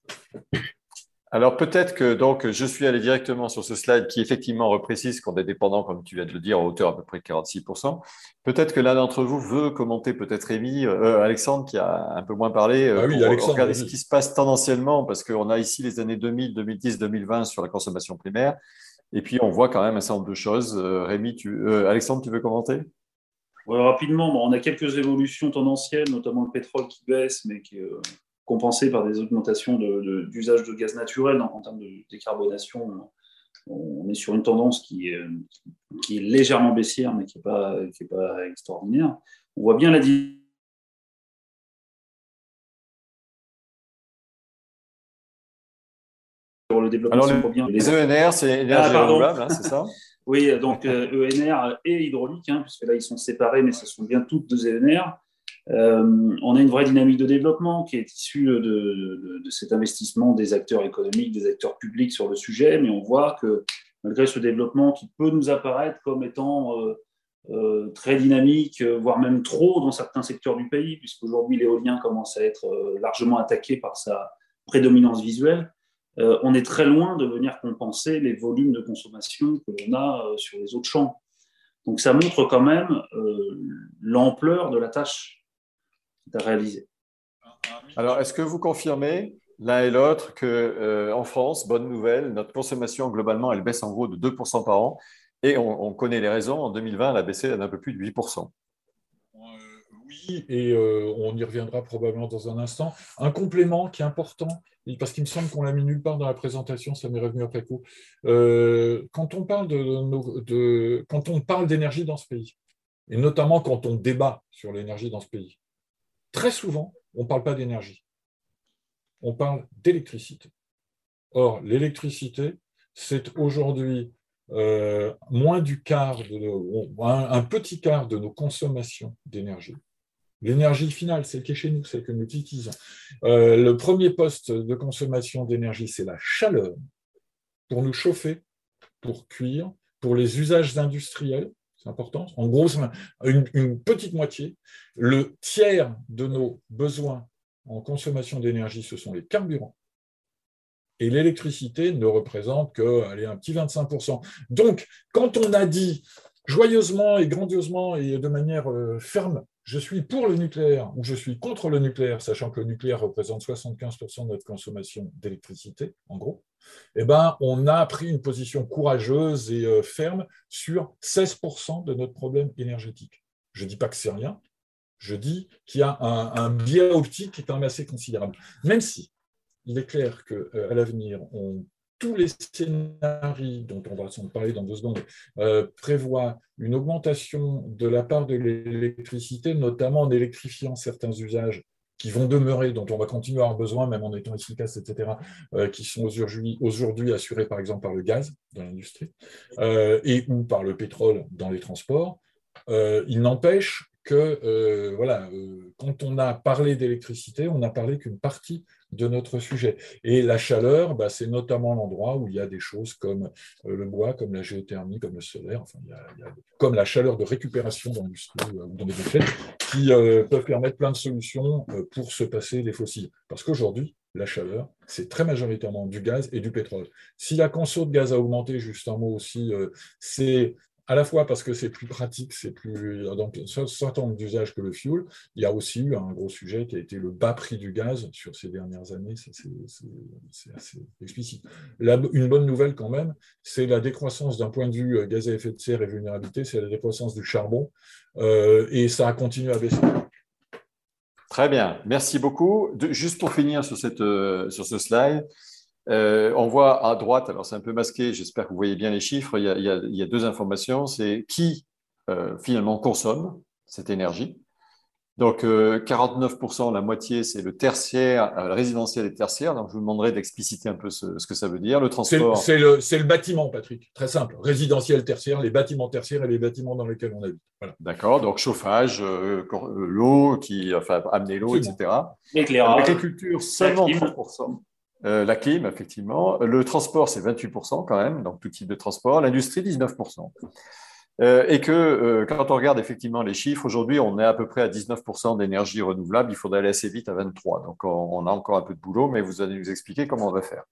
Alors peut-être que donc je suis allé directement sur ce slide qui effectivement reprécise qu'on est dépendant, comme tu viens de le dire, à hauteur à peu près de 46%. Peut-être que l'un d'entre vous veut commenter, peut-être Rémi, Alexandre qui a un peu moins parlé, oui, pour Alexandre, regarder ce qui se passe tendanciellement, parce qu'on a ici les années 2000, 2010, 2020 sur la consommation primaire, et puis on voit quand même un certain nombre de choses. Rémi, Alexandre, tu veux commenter ? Ouais, rapidement, on a quelques évolutions tendancielles, notamment le pétrole qui baisse, mais qui est compensé par des augmentations d'usage de gaz naturel. Donc, en termes de décarbonation, on est sur une tendance qui est légèrement baissière, mais qui n'est pas extraordinaire. On voit bien la sur le développement. Alors, les ENR, c'est énergie renouvelable, hein, c'est ça ? Oui, donc ENR et hydraulique, hein, puisque là, ils sont séparés, mais ce sont bien toutes deux ENR. On a une vraie dynamique de développement qui est issue de cet investissement des acteurs économiques, des acteurs publics sur le sujet, mais on voit que malgré ce développement qui peut nous apparaître comme étant très dynamique, voire même trop dans certains secteurs du pays, puisqu'aujourd'hui l'éolien commence à être largement attaqué par sa prédominance visuelle, on est très loin de venir compenser les volumes de consommation que l'on a sur les autres champs. Donc ça montre quand même l'ampleur de la tâche à réaliser. Alors, est-ce que vous confirmez l'un et l'autre qu'en France, bonne nouvelle, notre consommation globalement, elle baisse en gros de 2% par an et on connaît les raisons, en 2020, elle a baissé d'un peu plus de 8%. Oui, et on y reviendra probablement dans un instant. Un complément qui est important, parce qu'il me semble qu'on l'a mis nulle part dans la présentation, ça m'est revenu après coup. Quand on parle quand on parle d'énergie dans ce pays, et notamment quand on débat sur l'énergie dans ce pays, très souvent, on ne parle pas d'énergie. On parle d'électricité. Or, l'électricité, c'est aujourd'hui moins du quart, un petit quart de nos consommations d'énergie. L'énergie finale, celle qui est chez nous, celle que nous utilisons. Le premier poste de consommation d'énergie, c'est la chaleur pour nous chauffer, pour cuire, pour les usages industriels. C'est important. En gros, c'est une petite moitié. Le tiers de nos besoins en consommation d'énergie, ce sont les carburants. Et l'électricité ne représente un petit 25%. Donc, quand on a dit joyeusement et grandiosement et de manière ferme, je suis pour le nucléaire ou je suis contre le nucléaire, sachant que le nucléaire représente 75% de notre consommation d'électricité, en gros, eh ben, on a pris une position courageuse et ferme sur 16% de notre problème énergétique. Je ne dis pas que c'est rien, je dis qu'il y a un biais optique qui est quand même assez considérable. Même si il est clair qu'à l'avenir, tous les scénarios dont on va s'en parler dans 2 secondes prévoient une augmentation de la part de l'électricité, notamment en électrifiant certains usages qui vont demeurer, dont on va continuer à avoir besoin, même en étant efficace, etc., qui sont aujourd'hui assurés, par exemple, par le gaz dans l'industrie et ou par le pétrole dans les transports. Il n'empêche que, quand on a parlé d'électricité, on n'a parlé qu'une partie de notre sujet. Et la chaleur, c'est notamment l'endroit où il y a des choses comme le bois, comme la géothermie, comme le solaire, enfin, comme la chaleur de récupération dans l'industrie ou dans les déchets, qui peuvent permettre plein de solutions pour se passer des fossiles. Parce qu'aujourd'hui, la chaleur, c'est très majoritairement du gaz et du pétrole. Si la conso de gaz a augmenté, juste un mot aussi, c'est à la fois parce que c'est plus pratique, c'est plus dans un certain nombre d'usages que le fuel. Il y a aussi eu un gros sujet qui a été le bas prix du gaz sur ces dernières années. C'est assez explicite. Une bonne nouvelle quand même, c'est la décroissance d'un point de vue gaz à effet de serre et vulnérabilité, c'est la décroissance du charbon et ça a continué à baisser. Très bien, merci beaucoup. Juste pour finir sur ce slide, on voit à droite, alors c'est un peu masqué, j'espère que vous voyez bien les chiffres, il y a 2 informations, c'est qui finalement consomme cette énergie. Donc 49%, la moitié, c'est le tertiaire, le résidentiel et tertiaire, donc je vous demanderai d'expliciter un peu ce que ça veut dire. Le transport… C'est le bâtiment, Patrick, très simple, résidentiel, tertiaire, les bâtiments tertiaires et les bâtiments dans lesquels on habite. Voilà. D'accord, donc chauffage, l'eau, amener l'eau, Absolument. etc. L'éclairage. L'agriculture, seulement 30%. La clim, effectivement. Le transport, c'est 28% quand même, donc tout type de transport. L'industrie, 19%. Et que quand on regarde effectivement les chiffres, aujourd'hui, on est à peu près à 19% d'énergie renouvelable. Il faudrait aller assez vite à 23%. Donc, on a encore un peu de boulot, mais vous allez nous expliquer comment on va faire.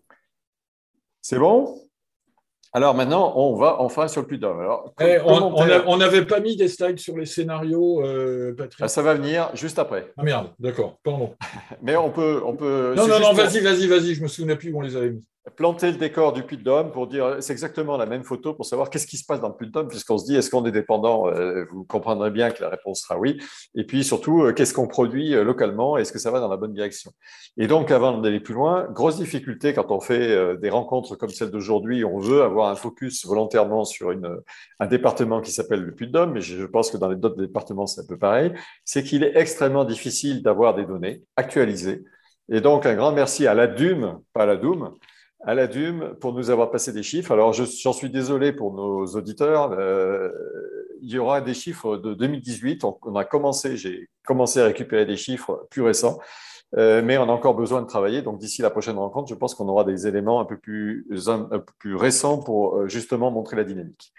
C'est bon ? Alors maintenant, on va enfin sur le Puy-de-Dôme. Alors, on n'avait pas mis des slides sur les scénarios, Patrick. Ça va venir juste après. Ah merde, d'accord, pardon. Mais on peut. Non, vas-y, je me souvenais plus où on les avait mis. Planter le décor du Puy-de-Dôme pour dire, c'est exactement la même photo pour savoir qu'est-ce qui se passe dans le Puy-de-Dôme, puisqu'on se dit, est-ce qu'on est dépendant? Vous comprendrez bien que la réponse sera oui. Et puis surtout, qu'est-ce qu'on produit localement? Est-ce que ça va dans la bonne direction? Et donc, avant d'aller plus loin, grosse difficulté quand on fait des rencontres comme celle d'aujourd'hui, on veut avoir un focus volontairement sur un département qui s'appelle le Puy-de-Dôme, mais je pense que dans les d'autres départements, c'est un peu pareil, c'est qu'il est extrêmement difficile d'avoir des données actualisées. Et donc, un grand merci à la DUM, pas à la DOUM, à la DUM pour nous avoir passé des chiffres. Alors, j'en suis désolé pour nos auditeurs. Il y aura des chiffres de 2018. J'ai commencé à récupérer des chiffres plus récents, mais on a encore besoin de travailler. Donc, d'ici la prochaine rencontre, je pense qu'on aura des éléments un peu plus récents pour justement montrer la dynamique.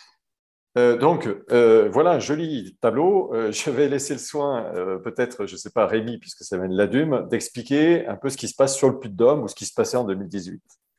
Voilà un joli tableau. Je vais laisser le soin, peut-être, je ne sais pas, Rémi, puisque ça vient de l'ADUM, d'expliquer un peu ce qui se passe sur le Puy-de-Dôme ou ce qui se passait en 2018.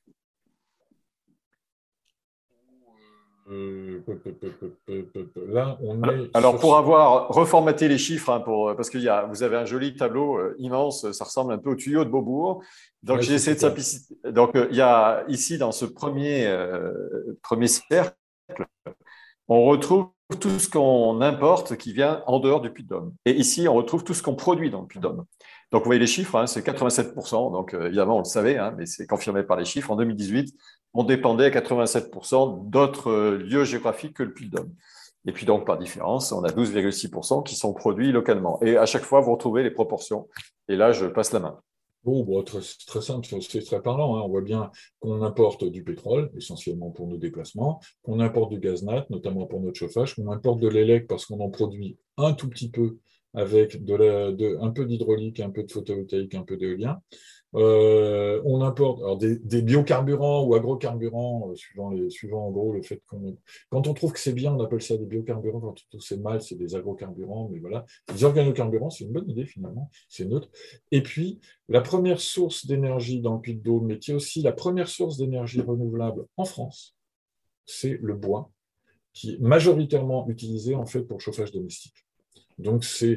Là, on est. Alors, pour avoir reformaté les chiffres, parce que vous avez un joli tableau immense, ça ressemble un peu au tuyau de Beaubourg. Donc, j'ai essayé de simpliciter. Donc, il y a ici, dans ce premier cercle, on retrouve tout ce qu'on importe qui vient en dehors du Puy-de-Dôme. Et ici, on retrouve tout ce qu'on produit dans le Puy-de-Dôme. Donc, vous voyez les chiffres, c'est 87%. Donc, évidemment, on le savait, mais c'est confirmé par les chiffres. En 2018, on dépendait à 87% d'autres lieux géographiques que le Puy-de-Dôme. Et puis, donc, par différence, on a 12,6% qui sont produits localement. Et à chaque fois, vous retrouvez les proportions. Et là, je passe la main. Très simple, c'est très parlant. On voit bien qu'on importe du pétrole, essentiellement pour nos déplacements, qu'on importe du gaz nat, notamment pour notre chauffage, qu'on importe de l'élec parce qu'on en produit un tout petit peu avec un peu d'hydraulique, un peu de photovoltaïque, un peu d'éolien. On importe alors des biocarburants ou agrocarburants, suivant en gros le fait quand on trouve que c'est bien, on appelle ça des biocarburants, quand on trouve que c'est mal, c'est des agrocarburants, mais voilà. Les organocarburants, c'est une bonne idée finalement, c'est neutre. Et puis, la première source d'énergie dans le Puy-de-Dôme, mais qui est aussi la première source d'énergie renouvelable en France, c'est le bois, qui est majoritairement utilisé en fait pour le chauffage domestique. Donc, c'est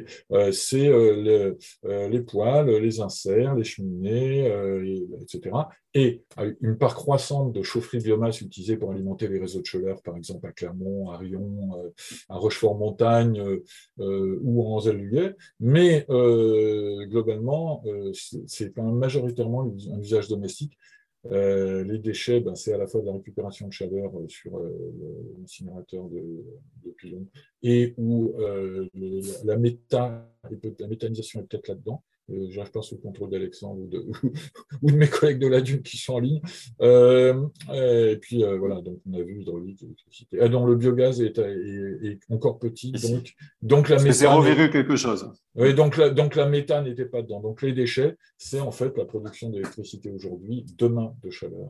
les poêles, les inserts, les cheminées, etc. Et une part croissante de chaufferie biomasse utilisée pour alimenter les réseaux de chaleur, par exemple à Clermont, à Riom, à Rochefort-Montagne ou en Anzalduet. Mais globalement, c'est quand même majoritairement un usage domestique. Les déchets, c'est à la fois de la récupération de chaleur sur l'incinérateur de Pilon et où la méthanisation est peut-être là-dedans. Je pense au contrôle d'Alexandre ou de mes collègues de la Dune qui sont en ligne. Et puis voilà, donc on a vu hydraulique, électricité. Ah, le biogaz est encore petit, donc la c'est méthane. 0, quelque chose. Oui, donc la méthane n'était pas dedans. Donc les déchets, c'est en fait la production d'électricité aujourd'hui, demain de chaleur.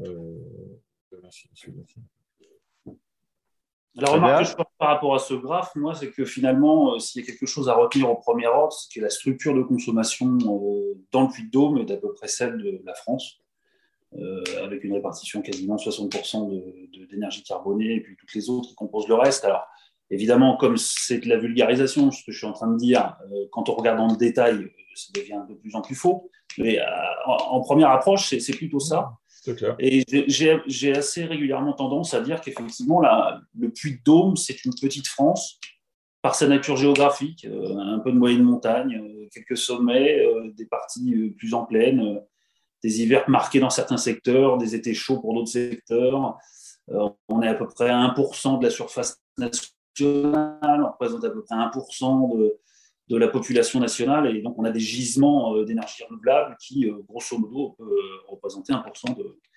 La remarque que je fais par rapport à ce graphe, moi, c'est que finalement, s'il y a quelque chose à retenir au premier ordre, c'est que la structure de consommation dans le Puy-de-Dôme est d'à peu près celle de la France, avec une répartition quasiment 60% d'énergie carbonée, et puis toutes les autres qui composent le reste. Alors, évidemment, comme c'est de la vulgarisation, ce que je suis en train de dire, quand on regarde dans le détail, ça devient de plus en plus faux. Mais en première approche, c'est plutôt ça. C'est clair. Et j'ai assez régulièrement tendance à dire qu'effectivement, le Puy-de-Dôme, c'est une petite France par sa nature géographique, un peu de moyenne montagne, quelques sommets, des parties plus en plaine, des hivers marqués dans certains secteurs, des étés chauds pour d'autres secteurs. On est à peu près à 1% de la surface nationale, on représente à peu près 1% de la population nationale, et donc on a des gisements d'énergie renouvelable qui, grosso modo, peuvent représenter 1%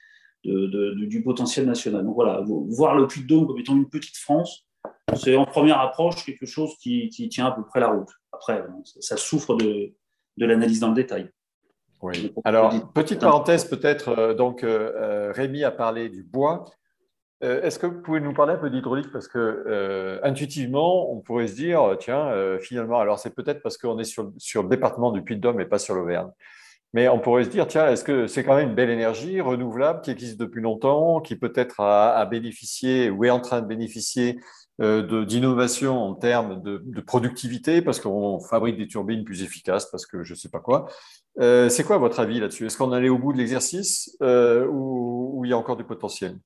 du potentiel national. Donc voilà, voir le Puy-de-Dôme comme étant une petite France, c'est en première approche quelque chose qui tient à peu près la route. Après, ça souffre de l'analyse dans le détail. Oui. Alors, petite parenthèse peut-être, Rémi a parlé du bois. Est-ce que vous pouvez nous parler un peu d'hydraulique? Parce que intuitivement, on pourrait se dire, tiens, finalement, alors c'est peut-être parce qu'on est sur le département du Puy-de-Dôme et pas sur l'Auvergne. Mais on pourrait se dire, tiens, est-ce que c'est quand même une belle énergie renouvelable qui existe depuis longtemps, qui peut-être a bénéficié ou est en train de bénéficier d'innovation en termes de productivité, parce qu'on fabrique des turbines plus efficaces, parce que je ne sais pas quoi. C'est quoi votre avis là-dessus? Est-ce qu'on est allé au bout de l'exercice ou il y a encore du potentiel?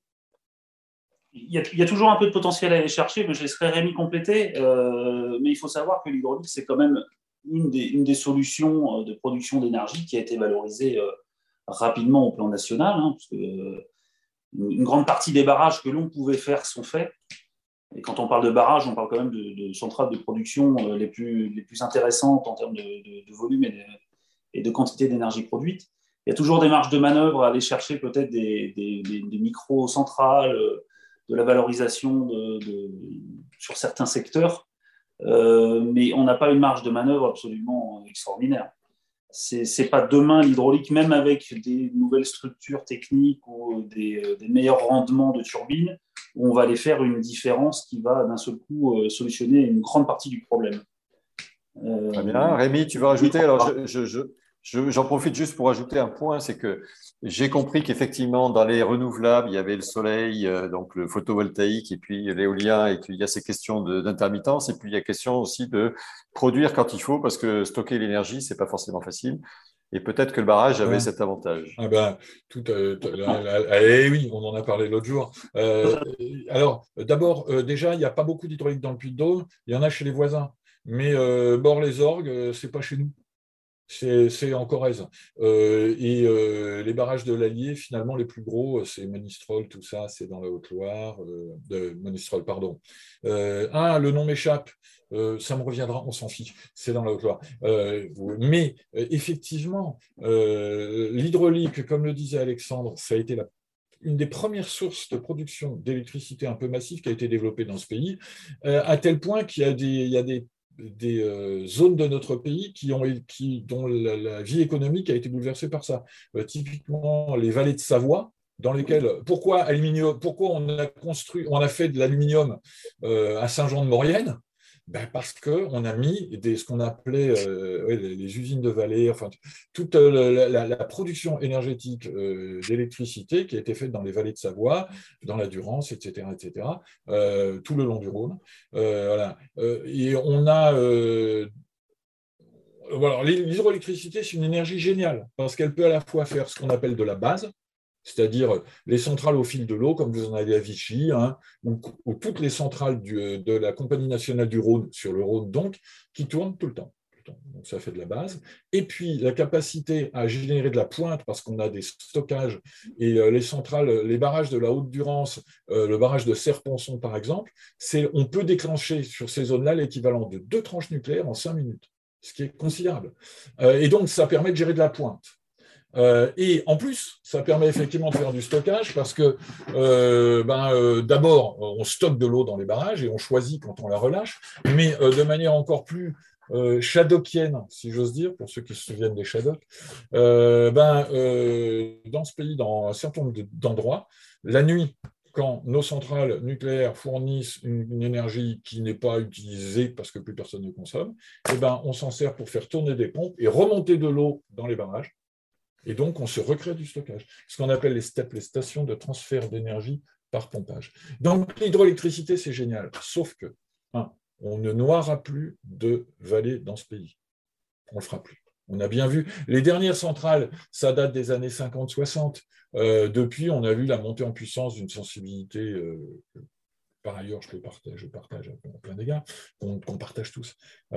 Il y a toujours un peu de potentiel à aller chercher, mais je laisserai Rémi compléter. Mais il faut savoir que l'hydraulique, c'est quand même une des solutions de production d'énergie qui a été valorisée rapidement au plan national, parce que une grande partie des barrages que l'on pouvait faire sont faits. Et quand on parle de barrages, on parle quand même de centrales de production les plus intéressantes en termes de volume et de quantité d'énergie produite. Il y a toujours des marges de manœuvre à aller chercher peut-être des micro-centrales, de la valorisation sur certains secteurs, mais on n'a pas une marge de manœuvre absolument extraordinaire. C'est pas demain l'hydraulique, même avec des nouvelles structures techniques ou des meilleurs rendements de turbines, où on va aller faire une différence qui va d'un seul coup solutionner une grande partie du problème. Très bien. Rémi, tu veux rajouter? Alors, j'en profite juste pour ajouter un point, c'est que j'ai compris qu'effectivement, dans les renouvelables, il y avait le soleil, donc le photovoltaïque, et puis l'éolien, et qu'il y a ces questions d'intermittence, et puis il y a question aussi de produire quand il faut, parce que stocker l'énergie, c'est pas forcément facile. Et peut-être que le barrage avait cet avantage. Ah ben, oui, on en a parlé l'autre jour. Alors, d'abord, déjà, il n'y a pas beaucoup d'hydraulique dans le Puy-de-Dôme, il y en a chez les voisins. Mais Bord-les-Orgues, ce n'est pas chez nous. C'est en Corrèze. Les barrages de l'Allier, finalement, les plus gros, c'est Monistrol, tout ça, c'est dans la Haute-Loire. Monistrol, pardon. Le nom m'échappe. Ça me reviendra, on s'en fiche, c'est dans la Haute-Loire. Mais effectivement, l'hydraulique, comme le disait Alexandre, ça a été une des premières sources de production d'électricité un peu massive qui a été développée dans ce pays, à tel point qu'il y a des zones de notre pays dont la vie économique a été bouleversée par ça. Typiquement, les vallées de Savoie, dans lesquelles, pourquoi on a fait de l'aluminium à Saint-Jean-de-Maurienne? Parce qu'on a mis ce qu'on appelait les usines de vallée, enfin, toute la production énergétique d'électricité qui a été faite dans les vallées de Savoie, dans la Durance, etc., tout le long du Rhône. Voilà. Et on a... voilà, l'hydroélectricité, c'est une énergie géniale, parce qu'elle peut à la fois faire ce qu'on appelle de la base, c'est-à-dire les centrales au fil de l'eau, comme vous en avez à Vichy, ou toutes les centrales de la Compagnie nationale du Rhône, sur le Rhône donc, qui tournent tout le temps. important. Donc, ça fait de la base. Et puis, la capacité à générer de la pointe, parce qu'on a des stockages, et les centrales, les barrages de la haute durance, le barrage de Serre-Ponçon, par exemple, on peut déclencher sur ces zones-là l'équivalent de 2 tranches nucléaires en 5 minutes, ce qui est considérable. Et donc, ça permet de gérer de la pointe. Et en plus, ça permet effectivement de faire du stockage parce que d'abord, on stocke de l'eau dans les barrages et on choisit quand on la relâche, mais de manière encore plus shadockienne, si j'ose dire, pour ceux qui se souviennent des Shadocks, dans ce pays, dans un certain nombre d'endroits, la nuit, quand nos centrales nucléaires fournissent une énergie qui n'est pas utilisée parce que plus personne ne consomme, on s'en sert pour faire tourner des pompes et remonter de l'eau dans les barrages. Et donc, on se recrée du stockage, ce qu'on appelle les STEP, les stations de transfert d'énergie par pompage. Donc, l'hydroélectricité, c'est génial, sauf que, on ne noiera plus de vallées dans ce pays. On ne le fera plus. On a bien vu, les dernières centrales, ça date des années 50-60. Depuis, on a vu la montée en puissance d'une sensibilité par ailleurs, je partage à plein d'égards, qu'on partage tous,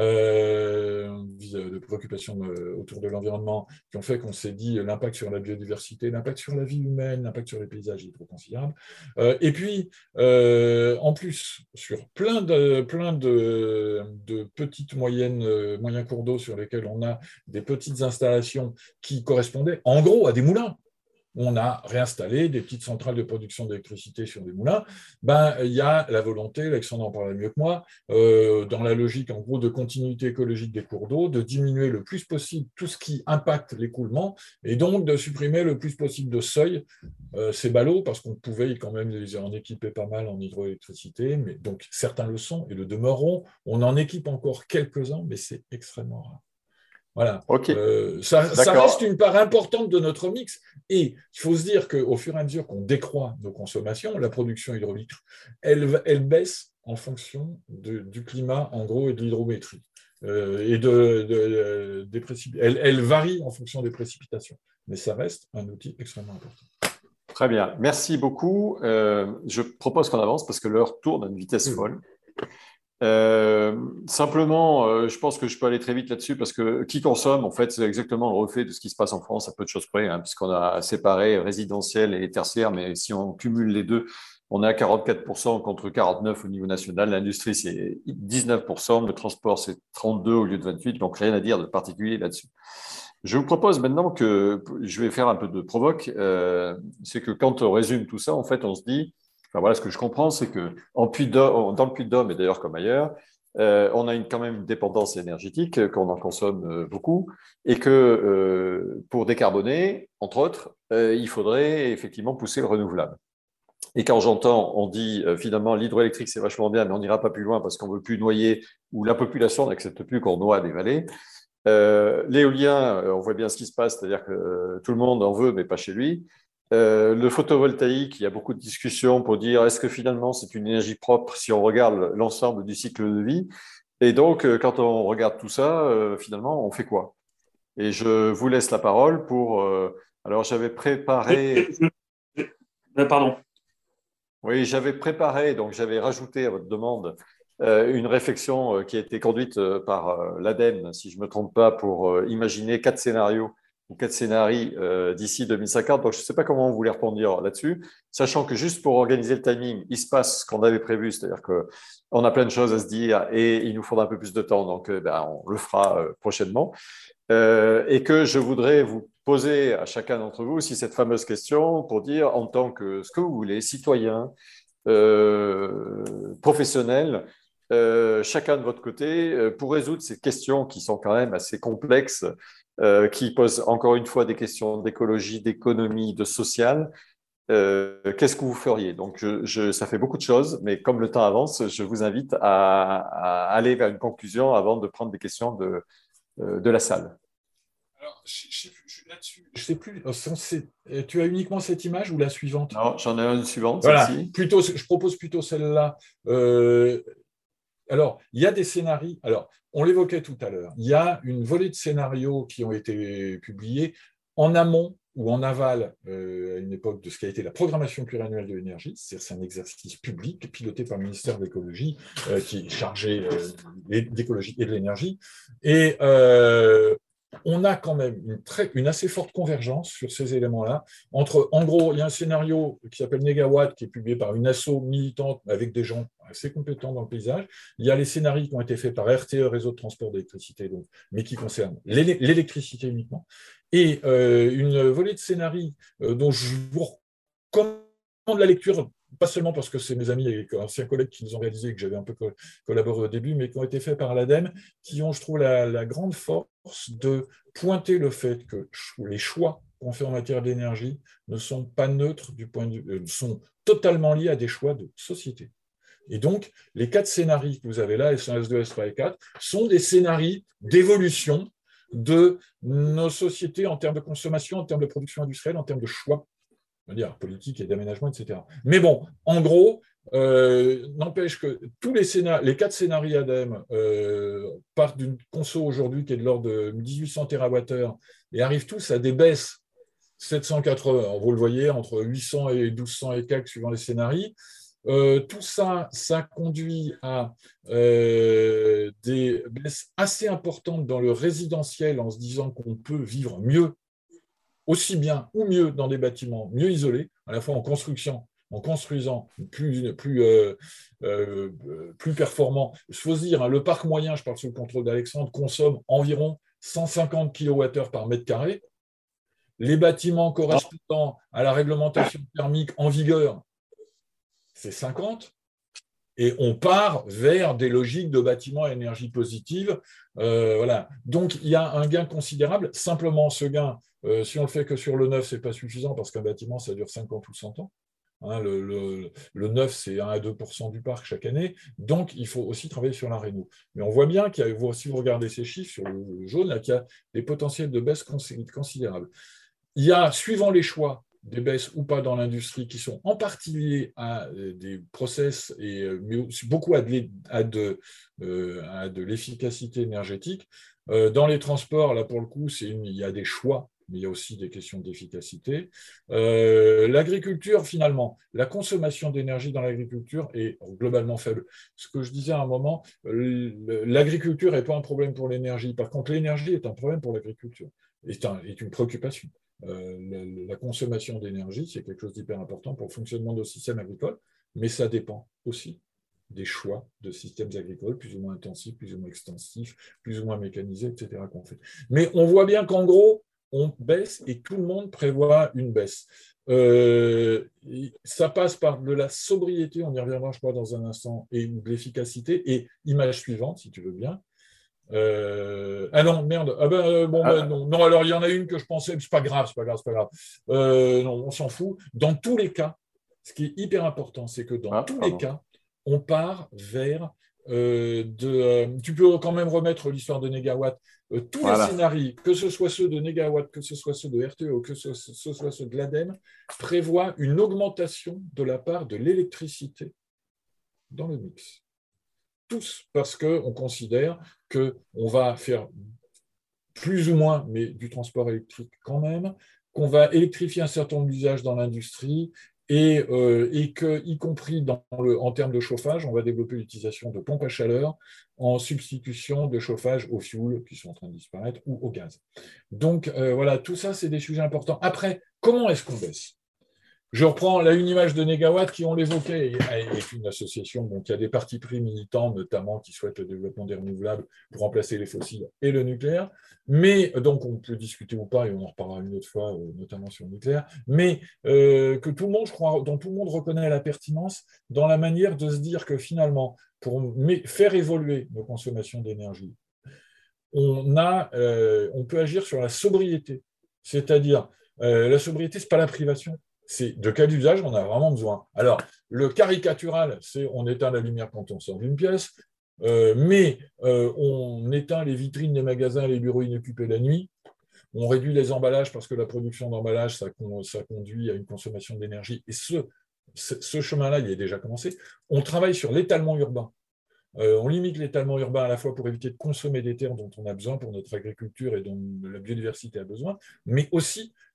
de préoccupations autour de l'environnement, qui ont fait qu'on s'est dit l'impact sur la biodiversité, l'impact sur la vie humaine, l'impact sur les paysages est trop considérable. Et puis, en plus, sur plein de petites, moyens cours d'eau sur lesquels on a des petites installations qui correspondaient en gros à des moulins. On a réinstallé des petites centrales de production d'électricité sur des moulins, il y a la volonté, Alexandre en parlait mieux que moi, dans la logique en gros de continuité écologique des cours d'eau, de diminuer le plus possible tout ce qui impacte l'écoulement et donc de supprimer le plus possible de seuils. C'est ballot parce qu'on pouvait quand même les en équiper pas mal en hydroélectricité, mais donc certains le sont et le demeureront. On en équipe encore quelques-uns, mais c'est extrêmement rare. Voilà. Okay. Ça reste une part importante de notre mix. Et il faut se dire qu'au fur et à mesure qu'on décroît nos consommations, la production hydraulique, elle baisse en fonction du climat, en gros, et de l'hydrométrie. Et des précipitations. Elle varie en fonction des précipitations. Mais ça reste un outil extrêmement important. Très bien. Merci beaucoup. Je propose qu'on avance parce que l'heure tourne à une vitesse folle. Simplement, je pense que je peux aller très vite là-dessus parce que qui consomme, en fait, c'est exactement le reflet de ce qui se passe en France, à peu de choses près, puisqu'on a séparé résidentiel et tertiaire, mais si on cumule les deux, on est à 44% contre 49% au niveau national. L'industrie, c'est 19%, le transport, c'est 32% au lieu de 28%, donc rien à dire de particulier là-dessus. Je vous propose maintenant que je vais faire un peu de provoque. C'est que quand on résume tout ça, en fait, on se dit, enfin, voilà, ce que je comprends, c'est que dans le Puy-de-Dôme, et d'ailleurs comme ailleurs, on a quand même une dépendance énergétique, qu'on en consomme beaucoup, et que pour décarboner, entre autres, il faudrait effectivement pousser le renouvelable. Et quand on dit finalement l'hydroélectrique c'est vachement bien, mais on n'ira pas plus loin parce qu'on ne veut plus noyer, ou la population n'accepte plus qu'on noie des vallées. L'éolien, on voit bien ce qui se passe, c'est-à-dire que tout le monde en veut, mais pas chez lui. Le photovoltaïque, il y a beaucoup de discussions pour dire est-ce que finalement c'est une énergie propre si on regarde l'ensemble du cycle de vie. Et donc, quand on regarde tout ça, finalement, on fait quoi? Et je vous laisse la parole pour… alors, j'avais préparé… Pardon. Oui, j'avais préparé, donc j'avais rajouté à votre demande une réflexion qui a été conduite par l'ADEME, si je ne me trompe pas, pour imaginer 4 scénarios ou 4 scénarios d'ici 2050. Donc, je ne sais pas comment vous voulez répondre là-dessus, sachant que juste pour organiser le timing, il se passe ce qu'on avait prévu, c'est-à-dire qu'on a plein de choses à se dire et il nous faudra un peu plus de temps, donc on le fera prochainement. Et que je voudrais vous poser à chacun d'entre vous aussi cette fameuse question pour dire en tant que ce que vous voulez, citoyen, professionnel, chacun de votre côté, pour résoudre ces questions qui sont quand même assez complexes, qui posent encore une fois des questions d'écologie, d'économie, de social. Qu'est-ce que vous feriez? Donc, ça fait beaucoup de choses, mais comme le temps avance, je vous invite à aller vers une conclusion avant de prendre des questions de la salle. Alors, là-dessus, je ne sais plus, tu as uniquement cette image ou la suivante? Non, j'en ai une suivante, voilà. celle-ci. Je propose plutôt celle-là. Alors, il y a des scénarios, alors, on l'évoquait tout à l'heure, il y a une volée de scénarios qui ont été publiés en amont ou en aval, à une époque, de ce qui a été la programmation pluriannuelle de l'énergie. C'est un exercice public piloté par le ministère de l'Écologie, qui est chargé d'écologie et de l'énergie. Et on a quand même une assez forte convergence sur ces éléments-là. En gros, il y a un scénario qui s'appelle Négawatt, qui est publié par une asso militante avec des gens assez compétents dans le paysage. Il y a les scénarios qui ont été faits par RTE, Réseau de transport d'électricité, mais qui concernent l'électricité uniquement. Et une volée de scénarios dont je vous recommande la lecture, pas seulement parce que c'est mes amis et anciens collègues qui nous ont réalisé et que j'avais un peu collaboré au début, mais qui ont été faits par l'ADEME, qui ont, je trouve, la grande force de pointer le fait que les choix qu'on fait en matière d'énergie ne sont pas neutres sont totalement liés à des choix de société. Et donc, les 4 scénarios que vous avez là, S1, S2, S3 et 4, sont des scénarios d'évolution de nos sociétés en termes de consommation, en termes de production industrielle, en termes de choix, on va dire, politique et d'aménagement, etc. Mais bon, en gros, n'empêche que les 4 scénarios ADEME partent d'une conso aujourd'hui qui est de l'ordre de 1800 TWh et arrivent tous à des baisses 780, vous le voyez, entre 800 et 1200 et quelques suivant les scénarios. Tout ça, ça conduit à des baisses assez importantes dans le résidentiel en se disant qu'on peut vivre mieux, aussi bien ou mieux dans des bâtiments mieux isolés, à la fois en construisant plus performant. Il faut se dire, le parc moyen, je parle sous le contrôle d'Alexandre, consomme environ 150 kWh par mètre carré. Les bâtiments correspondant à la réglementation thermique en vigueur, c'est 50. Et on part vers des logiques de bâtiments à énergie positive. Voilà. Donc, il y a un gain considérable. Simplement, ce gain, si on le fait que sur le neuf, ce n'est pas suffisant parce qu'un bâtiment, ça dure 50 ou 100 ans. Hein, le neuf, c'est 1 à 2% du parc chaque année. Donc, il faut aussi travailler sur la réno. Mais on voit bien qu'il y a, si vous regardez ces chiffres sur le jaune, là, qu'il y a des potentiels de baisse considérables. Il y a, suivant les choix, des baisses ou pas dans l'industrie qui sont en partie liées à des process, mais aussi beaucoup à de l'efficacité énergétique. Dans les transports, là pour le coup, il y a des choix, mais il y a aussi des questions d'efficacité. L'agriculture, finalement, la consommation d'énergie dans l'agriculture est globalement faible. Ce que je disais à un moment, l'agriculture n'est pas un problème pour l'énergie. Par contre, l'énergie est un problème pour l'agriculture, est une préoccupation. La consommation d'énergie, c'est quelque chose d'hyper important pour le fonctionnement de nos systèmes agricoles, mais ça dépend aussi des choix de systèmes agricoles plus ou moins intensifs, plus ou moins extensifs, plus ou moins mécanisés, etc. qu'on fait. Mais on voit bien qu'en gros, on baisse et tout le monde prévoit une baisse. Ça passe par de la sobriété, on y reviendra, je crois, dans un instant, et de l'efficacité. Et image suivante, si tu veux bien. Ah non, merde. Non, alors il y en a une que je pensais, c'est pas grave. Non, on s'en fout. Dans tous les cas, ce qui est hyper important, c'est que dans tous les cas, on part vers tu peux quand même remettre l'histoire de Négawatt. Tous les scénarios, que ce soit ceux de Négawatt, que ce soit ceux de RTE, que ce soit ceux de l'ADEME, prévoient une augmentation de la part de l'électricité dans le mix. Tous, parce qu'on considère qu'on va faire plus ou moins, mais du transport électrique quand même, qu'on va électrifier un certain nombre d'usages dans l'industrie et que, y compris en termes de chauffage, on va développer l'utilisation de pompes à chaleur en substitution de chauffage au fioul qui sont en train de disparaître ou au gaz. Donc voilà, tout ça, c'est des sujets importants. Après, comment est-ce qu'on baisse ? Je reprends là une image de Négawatt qui, on l'évoquait, est une association qui a des partis pris militants, notamment qui souhaitent le développement des renouvelables pour remplacer les fossiles et le nucléaire. Mais, donc on peut discuter ou pas, et on en reparlera une autre fois, notamment sur le nucléaire, mais que tout le monde, je crois, dont tout le monde reconnaît la pertinence dans la manière de se dire que finalement, pour faire évoluer nos consommations d'énergie, on peut agir sur la sobriété. C'est-à-dire, la sobriété, ce n'est pas la privation. C'est de quel usage on a vraiment besoin. Alors, le caricatural, c'est on éteint la lumière quand on sort d'une pièce, mais on éteint les vitrines des magasins et les bureaux inoccupés la nuit, on réduit les emballages parce que la production d'emballage, ça conduit à une consommation d'énergie. Et ce chemin-là, il est déjà commencé. On travaille sur l'étalement urbain. On limite l'étalement urbain à la fois pour éviter de consommer des terres dont on a besoin pour notre agriculture et dont la biodiversité a besoin, mais aussi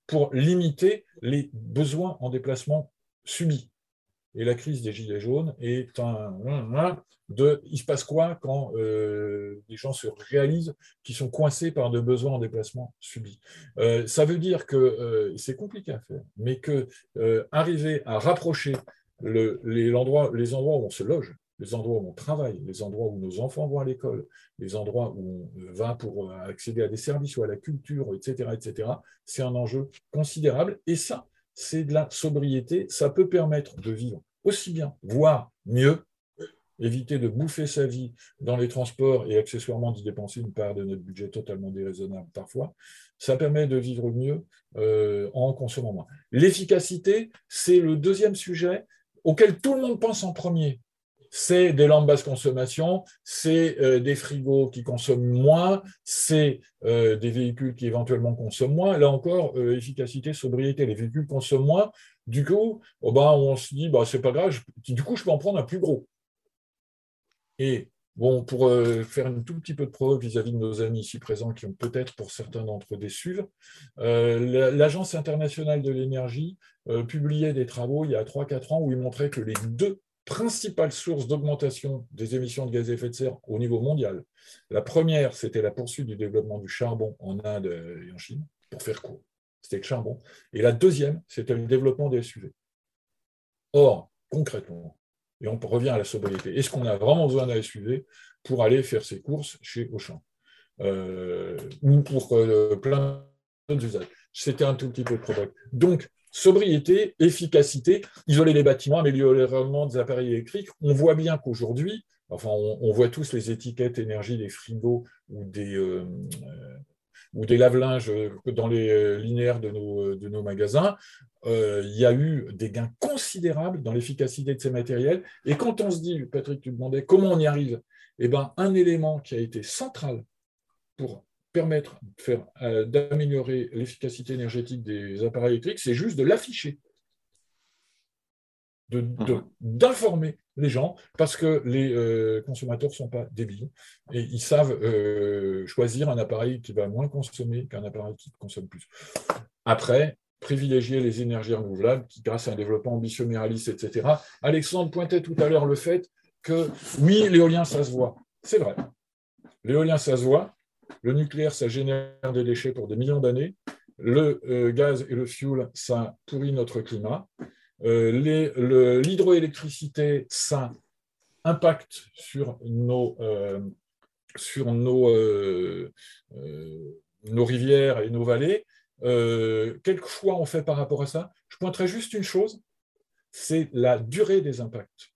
pour limiter les besoins en déplacement subis. Et la crise des Gilets jaunes est il se passe quoi quand les gens se réalisent qu'ils sont coincés par des besoins en déplacement subis. Ça veut dire que c'est compliqué à faire, mais que arriver à rapprocher les endroits où on se loge, les endroits où on travaille, les endroits où nos enfants vont à l'école, les endroits où on va pour accéder à des services ou à la culture, etc., c'est un enjeu considérable. Et ça, c'est de la sobriété. Ça peut permettre de vivre aussi bien, voire mieux, éviter de bouffer sa vie dans les transports et accessoirement d'y dépenser une part de notre budget totalement déraisonnable parfois. Ça permet de vivre mieux en consommant moins. L'efficacité, c'est le deuxième sujet auquel tout le monde pense en premier. C'est des lampes basse consommation, c'est des frigos qui consomment moins, c'est des véhicules qui éventuellement consomment moins. Là encore, efficacité, sobriété, les véhicules consomment moins. Du coup, on se dit, c'est pas grave, du coup, je peux en prendre un plus gros. Et bon, pour faire un tout petit peu de preuve vis-à-vis de nos amis ici présents qui ont peut-être pour certains d'entre eux des SUV, l'Agence internationale de l'énergie publiait des travaux il y a 3-4 ans où ils montraient que les deux principales sources d'augmentation des émissions de gaz à effet de serre au niveau mondial, la première, c'était la poursuite du développement du charbon en Inde et en Chine, pour faire court, c'était le charbon, et la deuxième, c'était le développement des SUV. Or, concrètement, et on revient à la sobriété, est-ce qu'on a vraiment besoin d'un SUV pour aller faire ses courses chez Auchan ou pour plein d'autres usages? C'était un tout petit peu probable. Donc, sobriété, efficacité, isoler les bâtiments, améliorer le rendement des appareils électriques. On voit bien qu'aujourd'hui, on voit tous les étiquettes énergie des frigos ou des lave-linges dans les linéaires de nos magasins. Il y a eu des gains considérables dans l'efficacité de ces matériels. Et quand on se dit, Patrick, tu demandais comment on y arrive, un élément qui a été central pour permettre d'améliorer l'efficacité énergétique des appareils électriques, c'est juste de l'afficher, d'informer les gens, parce que les consommateurs ne sont pas débiles et ils savent choisir un appareil qui va moins consommer qu'un appareil qui consomme plus. Après, privilégier les énergies renouvelables qui, grâce à un développement ambitieux, réaliste, etc. Alexandre pointait tout à l'heure le fait que, oui, l'éolien, ça se voit. C'est vrai. L'éolien, ça se voit. Le nucléaire, ça génère des déchets pour des millions d'années. Le gaz et le fioul, ça pourrit notre climat. L'hydroélectricité, ça impacte sur nos rivières et nos vallées. Quel choix on fait par rapport à ça? Je pointerai juste une chose, c'est la durée des impacts.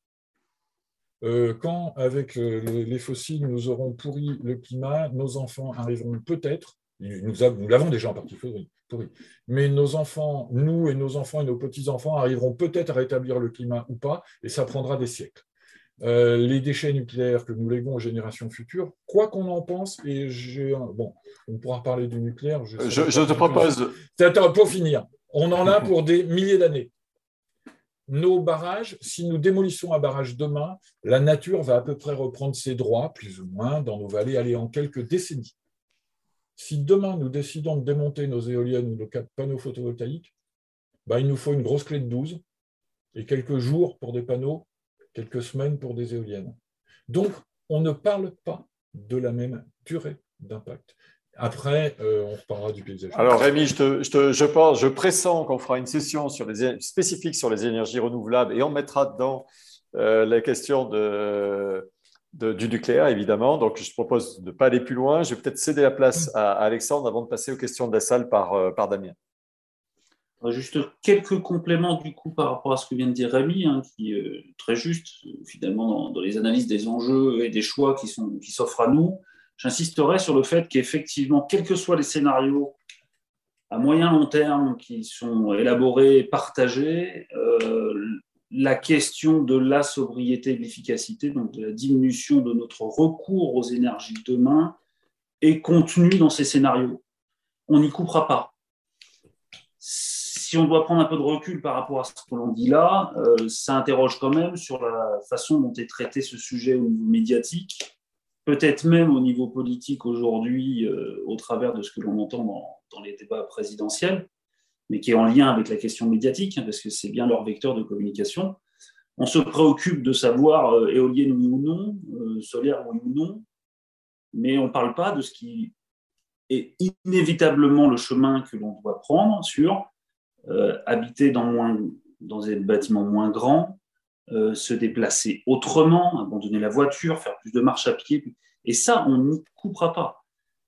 Quand, avec les fossiles, nous aurons pourri le climat, nos enfants arriveront peut-être, nous l'avons déjà en partie pourri, mais nos enfants, nous et nos enfants et nos petits-enfants arriveront peut-être à rétablir le climat ou pas, et ça prendra des siècles. Les déchets nucléaires que nous léguons aux générations futures, quoi qu'on en pense, et on pourra parler du nucléaire. Je te propose. Pour finir, on en a pour des milliers d'années. Nos barrages, si nous démolissons un barrage demain, la nature va à peu près reprendre ses droits, plus ou moins, dans nos vallées, aller en quelques décennies. Si demain nous décidons de démonter nos éoliennes ou nos panneaux photovoltaïques, il nous faut une grosse clé de 12 et quelques jours pour des panneaux, quelques semaines pour des éoliennes. Donc, on ne parle pas de la même durée d'impact. Après, on reparlera du paysage. Alors, Rémi, je pressens qu'on fera une session spécifique sur les énergies renouvelables et on mettra dedans la question du nucléaire, évidemment. Donc, je te propose de ne pas aller plus loin. Je vais peut-être céder la place à Alexandre avant de passer aux questions de la salle par Damien. Juste quelques compléments du coup par rapport à ce que vient de dire Rémi, qui est très juste finalement dans les analyses des enjeux et des choix qui s'offrent à nous. J'insisterai sur le fait qu'effectivement, quels que soient les scénarios à moyen long terme qui sont élaborés et partagés, la question de la sobriété et de l'efficacité, donc de la diminution de notre recours aux énergies de demain, est contenue dans ces scénarios. On n'y coupera pas. Si on doit prendre un peu de recul par rapport à ce que l'on dit là, ça interroge quand même sur la façon dont est traité ce sujet au niveau médiatique, peut-être même au niveau politique aujourd'hui, au travers de ce que l'on entend dans les débats présidentiels. mais qui est en lien avec la question médiatique, parce que c'est bien leur vecteur de communication. On se préoccupe de savoir éolienne oui ou non, solaire oui ou non, mais on ne parle pas de ce qui est inévitablement le chemin que l'on doit prendre sur habiter dans des bâtiments moins grands, se déplacer autrement, abandonner la voiture, faire plus de marche à pied. Et ça, on n'y coupera pas.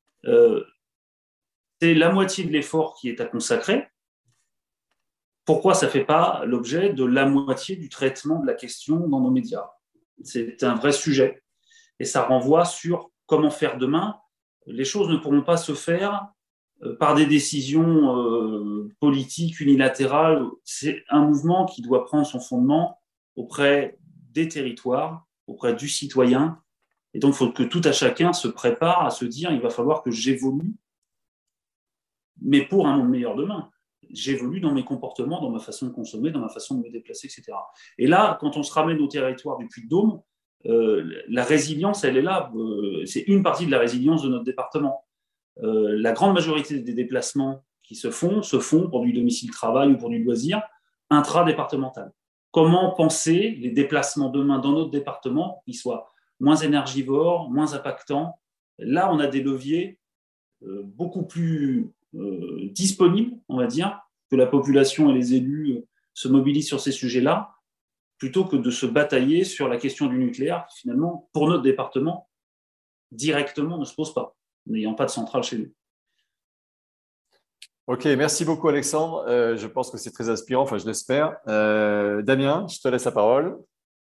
C'est la moitié de l'effort qui est à consacrer. Pourquoi ça ne fait pas l'objet de la moitié du traitement de la question dans nos médias? C'est un vrai sujet. Et ça renvoie sur comment faire demain. Les choses ne pourront pas se faire par des décisions politiques unilatérales. C'est un mouvement qui doit prendre son fondement auprès des territoires, auprès du citoyen. Et donc, il faut que tout à chacun se prépare à se dire, il va falloir que j'évolue, mais pour un monde meilleur demain. J'évolue dans mes comportements, dans ma façon de consommer, dans ma façon de me déplacer, etc. Et là, quand on se ramène au territoire du Puy-de-Dôme, la résilience, elle est là. C'est une partie de la résilience de notre département. La grande majorité des déplacements qui se font pour du domicile-travail ou pour du loisir intra-départemental. Comment penser les déplacements demain dans notre département qui soient moins énergivores, moins impactants? Là, on a des leviers beaucoup plus disponibles, on va dire, que la population et les élus se mobilisent sur ces sujets-là, plutôt que de se batailler sur la question du nucléaire, qui finalement, pour notre département, directement ne se pose pas, n'ayant pas de centrale chez nous. Ok, merci beaucoup Alexandre. Je pense que c'est très inspirant, enfin je l'espère. Damien, je te laisse la parole.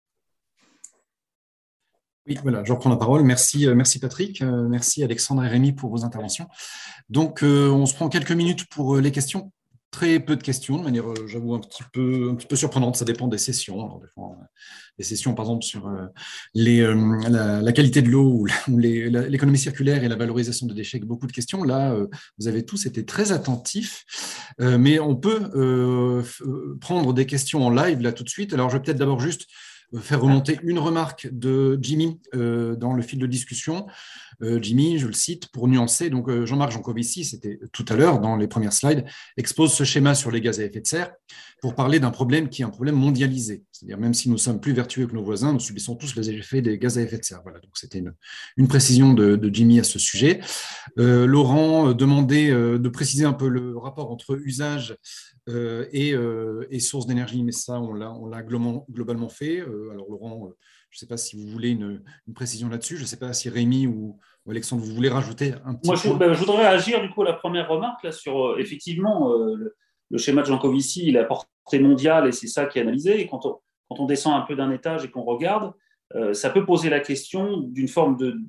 Oui, voilà, je reprends la parole. Merci Patrick, merci Alexandre et Rémi pour vos interventions. Donc, on se prend quelques minutes pour les questions. Très peu de questions, de manière, j'avoue, un petit peu surprenante. Ça dépend des sessions. Alors, des fois, des sessions, par exemple, sur la qualité de l'eau ou l'économie circulaire et la valorisation des déchets, avec beaucoup de questions. Là, vous avez tous été très attentifs, mais on peut prendre des questions en live, là, tout de suite. Alors, je vais peut-être d'abord juste faire remonter une remarque de Jimmy dans le fil de discussion. Jimmy, je le cite, pour nuancer, donc Jean-Marc Jancovici, c'était tout à l'heure dans les premières slides, expose ce schéma sur les gaz à effet de serre pour parler d'un problème qui est un problème mondialisé. C'est-à-dire même si nous sommes plus vertueux que nos voisins, nous subissons tous les effets des gaz à effet de serre. Voilà, donc c'était une précision de Jimmy à ce sujet. Laurent demandait de préciser un peu le rapport entre usage et source d'énergie, mais ça, on l'a globalement fait. Alors Laurent, je ne sais pas si vous voulez une précision là-dessus. Je ne sais pas si Rémi ou Alexandre, vous voulez rajouter un petit point. Je voudrais réagir du coup à la première remarque là, sur effectivement le schéma de Jancovici, il a portée mondiale et c'est ça qui est analysé. Et quand on descend un peu d'un étage et qu'on regarde, ça peut poser la question d'une forme de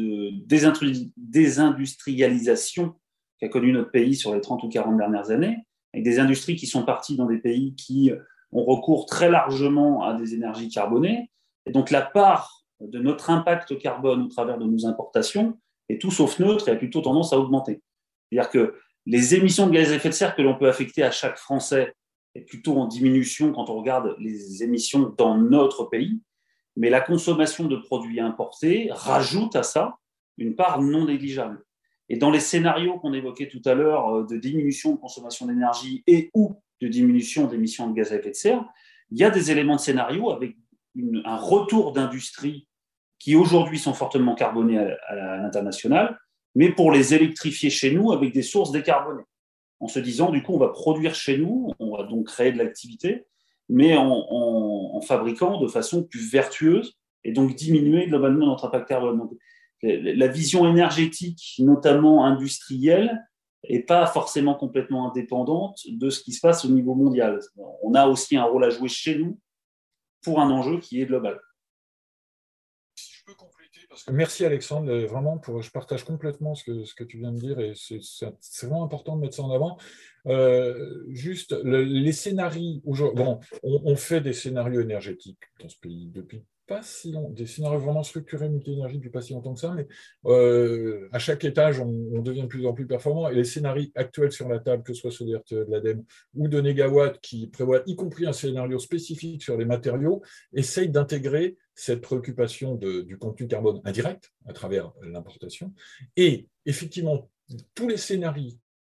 désindustrialisation qu'a connue notre pays sur les 30 ou 40 dernières années, avec des industries qui sont parties dans des pays qui ont recours très largement à des énergies carbonées. Et donc, la part de notre impact carbone au travers de nos importations est tout sauf neutre et a plutôt tendance à augmenter. C'est-à-dire que les émissions de gaz à effet de serre que l'on peut affecter à chaque Français est plutôt en diminution quand on regarde les émissions dans notre pays, mais la consommation de produits importés rajoute à ça une part non négligeable. Et dans les scénarios qu'on évoquait tout à l'heure de diminution de consommation d'énergie et ou de diminution d'émissions de gaz à effet de serre, il y a des éléments de scénario avec un retour d'industries qui aujourd'hui sont fortement carbonées à l'international, mais pour les électrifier chez nous avec des sources décarbonées. En se disant, du coup, on va produire chez nous, on va donc créer de l'activité, mais en fabriquant de façon plus vertueuse et donc diminuer globalement notre impact carbone. Donc, la vision énergétique, notamment industrielle, n'est pas forcément complètement indépendante de ce qui se passe au niveau mondial. On a aussi un rôle à jouer chez nous pour un enjeu qui est global. Si je peux compléter, parce que merci Alexandre, vraiment, je partage complètement ce que tu viens de dire et c'est vraiment important de mettre ça en avant. Juste, les scénarios, bon, on fait des scénarios énergétiques dans ce pays depuis pas si longtemps, des scénarios vraiment structurés multi-énergie depuis pas si longtemps que ça, mais à chaque étage, on devient de plus en plus performant. Et les scénarios actuels sur la table, que ce soit ceux de l'ADEME ou de Negawatt, qui prévoient y compris un scénario spécifique sur les matériaux, essayent d'intégrer cette préoccupation du contenu carbone indirect à travers l'importation. Et effectivement, tous les scénarios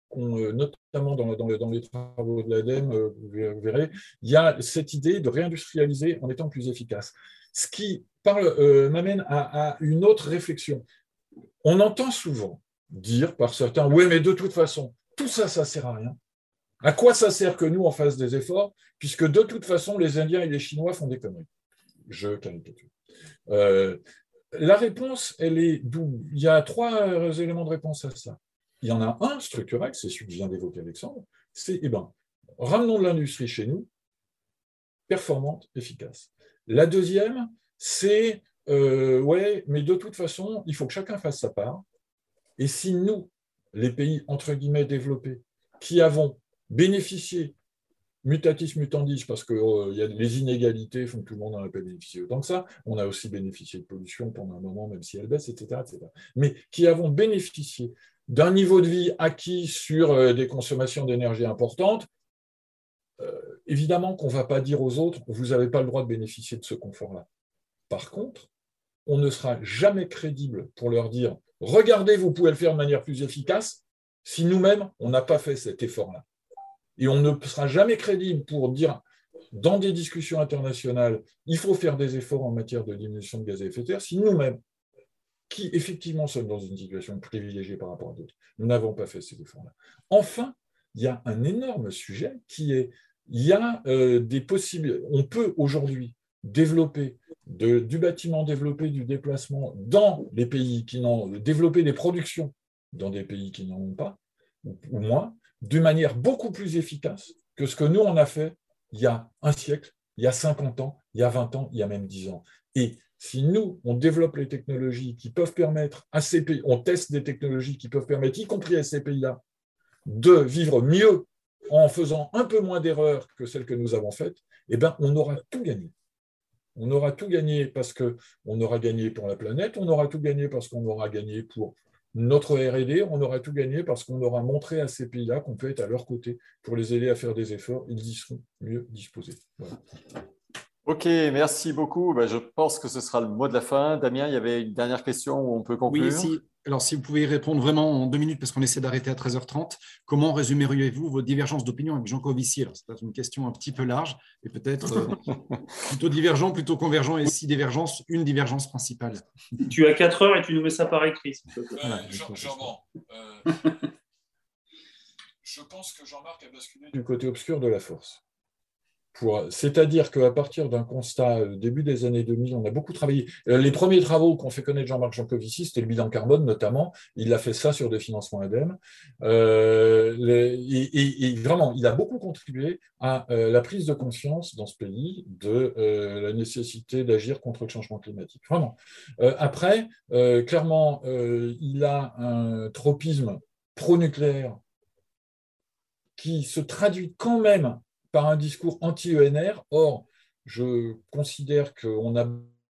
notamment dans les travaux de l'ADEME, vous verrez, il y a cette idée de réindustrialiser en étant plus efficace. Ce qui m'amène à une autre réflexion. On entend souvent dire par certains, oui, mais de toute façon, tout ça, ça ne sert à rien. À quoi ça sert que nous, on fasse des efforts, puisque de toute façon, les Indiens et les Chinois font des conneries. Je caricature. La réponse, elle est d'où? Il y a 3 éléments de réponse à ça. Il y en a un structurel, c'est celui que vient d'évoquer Alexandre, c'est, ramenons de l'industrie chez nous, performante, efficace. La deuxième, c'est, ouais, mais de toute façon, il faut que chacun fasse sa part. Et si nous, les pays, entre guillemets, développés, qui avons bénéficié, mutatis mutandis, parce que les inégalités font que tout le monde n'en a pas bénéficié autant que ça, on a aussi bénéficié de pollution pendant un moment, même si elle baisse, etc., etc. Mais qui avons bénéficié d'un niveau de vie acquis sur des consommations d'énergie importantes, évidemment qu'on ne va pas dire aux autres, vous n'avez pas le droit de bénéficier de ce confort-là. Par contre, on ne sera jamais crédible pour leur dire, regardez, vous pouvez le faire de manière plus efficace, si nous-mêmes, on n'a pas fait cet effort-là. Et on ne sera jamais crédible pour dire, dans des discussions internationales, il faut faire des efforts en matière de diminution de gaz à effet de serre, si nous-mêmes, qui effectivement sommes dans une situation privilégiée par rapport à d'autres, nous n'avons pas fait ces efforts-là. Enfin, il y a un énorme sujet qui est, il y a des possibles, on peut aujourd'hui développer du bâtiment, développer du déplacement dans les pays qui n'ont, développer des productions dans des pays qui n'en ont pas, ou moins, d'une manière beaucoup plus efficace que ce que nous, on a fait il y a un siècle, il y a 50 ans, il y a 20 ans, il y a même 10 ans. Et si nous, on développe les technologies qui peuvent permettre à ces pays, on teste des technologies qui peuvent permettre, y compris à ces pays-là, de vivre mieux en faisant un peu moins d'erreurs que celles que nous avons faites, eh bien, on aura tout gagné. On aura tout gagné parce qu'on aura gagné pour la planète, on aura tout gagné parce qu'on aura gagné pour notre R&D, on aura tout gagné parce qu'on aura montré à ces pays-là qu'on peut être à leur côté pour les aider à faire des efforts, ils y seront mieux disposés. Voilà. Ok, merci beaucoup. Je pense que ce sera le mot de la fin. Damien, il y avait une dernière question où on peut conclure. Oui, alors si vous pouvez y répondre vraiment en 2 minutes, parce qu'on essaie d'arrêter à 13h30, comment résumeriez-vous vos divergences d'opinion avec Jean Covici? Alors, c'est une question un petit peu large, et peut-être plutôt divergent, plutôt convergent, et si divergence, une divergence principale. Tu as 4 heures et tu nous mets ça par écrit. Je pense que Jean-Marc a basculé du côté obscur de la force. C'est-à-dire qu'à partir d'un constat, début des années 2000, on a beaucoup travaillé. Les premiers travaux qu'on fait connaître Jean-Marc Jancovici, c'était le bilan carbone notamment. Il a fait ça sur des financements ADEME. Et vraiment, il a beaucoup contribué à la prise de conscience dans ce pays de la nécessité d'agir contre le changement climatique. Vraiment. Après, clairement, il a un tropisme pro-nucléaire qui se traduit quand même par un discours anti-ENR. Or, je considère qu'on a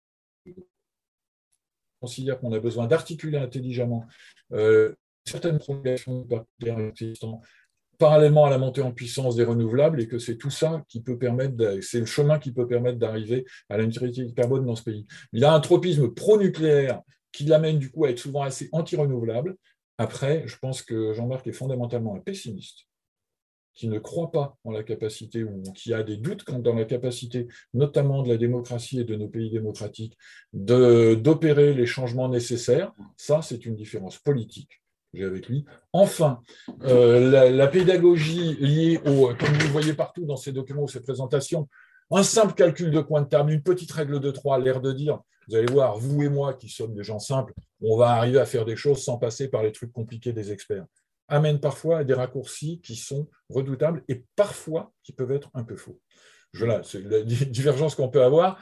besoin d'articuler intelligemment certaines prolongations du parc nucléaire existant parallèlement à la montée en puissance des renouvelables, et que c'est tout ça qui peut permettre, c'est le chemin qui peut permettre d'arriver à la neutralité carbone dans ce pays. Il a un tropisme pro-nucléaire qui l'amène du coup à être souvent assez anti-renouvelable. Après, je pense que Jean-Marc est fondamentalement un pessimiste, qui ne croit pas en la capacité, ou qui a des doutes quant dans la capacité, notamment de la démocratie et de nos pays démocratiques, d'opérer les changements nécessaires. Ça, c'est une différence politique que j'ai avec lui. Enfin, la pédagogie liée comme vous le voyez partout dans ces documents ou ces présentations, un simple calcul de coin de table, une petite règle de 3, l'air de dire, vous allez voir, vous et moi qui sommes des gens simples, on va arriver à faire des choses sans passer par les trucs compliqués des experts, amène parfois à des raccourcis qui sont redoutables et parfois qui peuvent être un peu faux. Voilà, c'est la divergence qu'on peut avoir.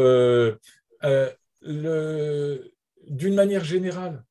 D'une manière générale,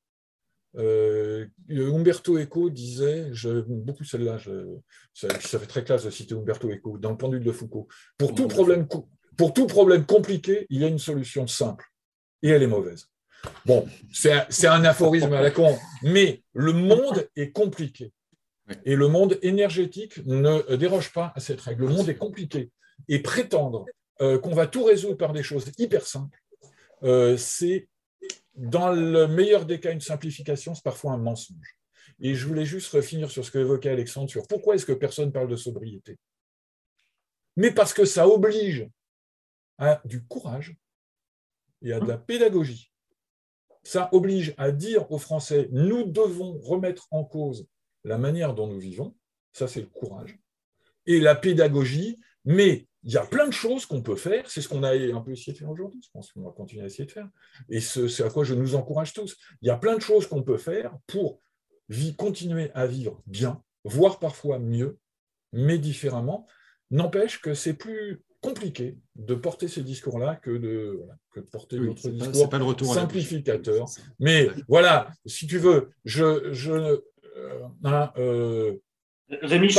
Umberto Eco disait, j'aime beaucoup celle-là, ça fait très classe de citer Umberto Eco, dans le pendule de Foucault, pour tout problème compliqué, il y a une solution simple, et elle est mauvaise. Bon, c'est un aphorisme à la con, mais le monde est compliqué. Et le monde énergétique ne déroge pas à cette règle. Le monde est compliqué. Et prétendre qu'on va tout résoudre par des choses hyper simples, c'est, dans le meilleur des cas, une simplification, c'est parfois un mensonge. Et je voulais juste finir sur ce qu'évoquait Alexandre sur pourquoi est-ce que personne parle de sobriété. Mais parce que ça oblige à du courage et à de la pédagogie. Ça oblige à dire aux Français, nous devons remettre en cause la manière dont nous vivons, ça c'est le courage, et la pédagogie, mais il y a plein de choses qu'on peut faire, c'est ce qu'on a un peu essayé de faire aujourd'hui, je pense qu'on va continuer à essayer de faire, et c'est à quoi je nous encourage tous. Il y a plein de choses qu'on peut faire pour continuer à vivre bien, voire parfois mieux, mais différemment. N'empêche que c'est plus compliqué de porter ces discours-là que de porter d'autres discours simplificateurs. Mais voilà, si tu veux, Rémi,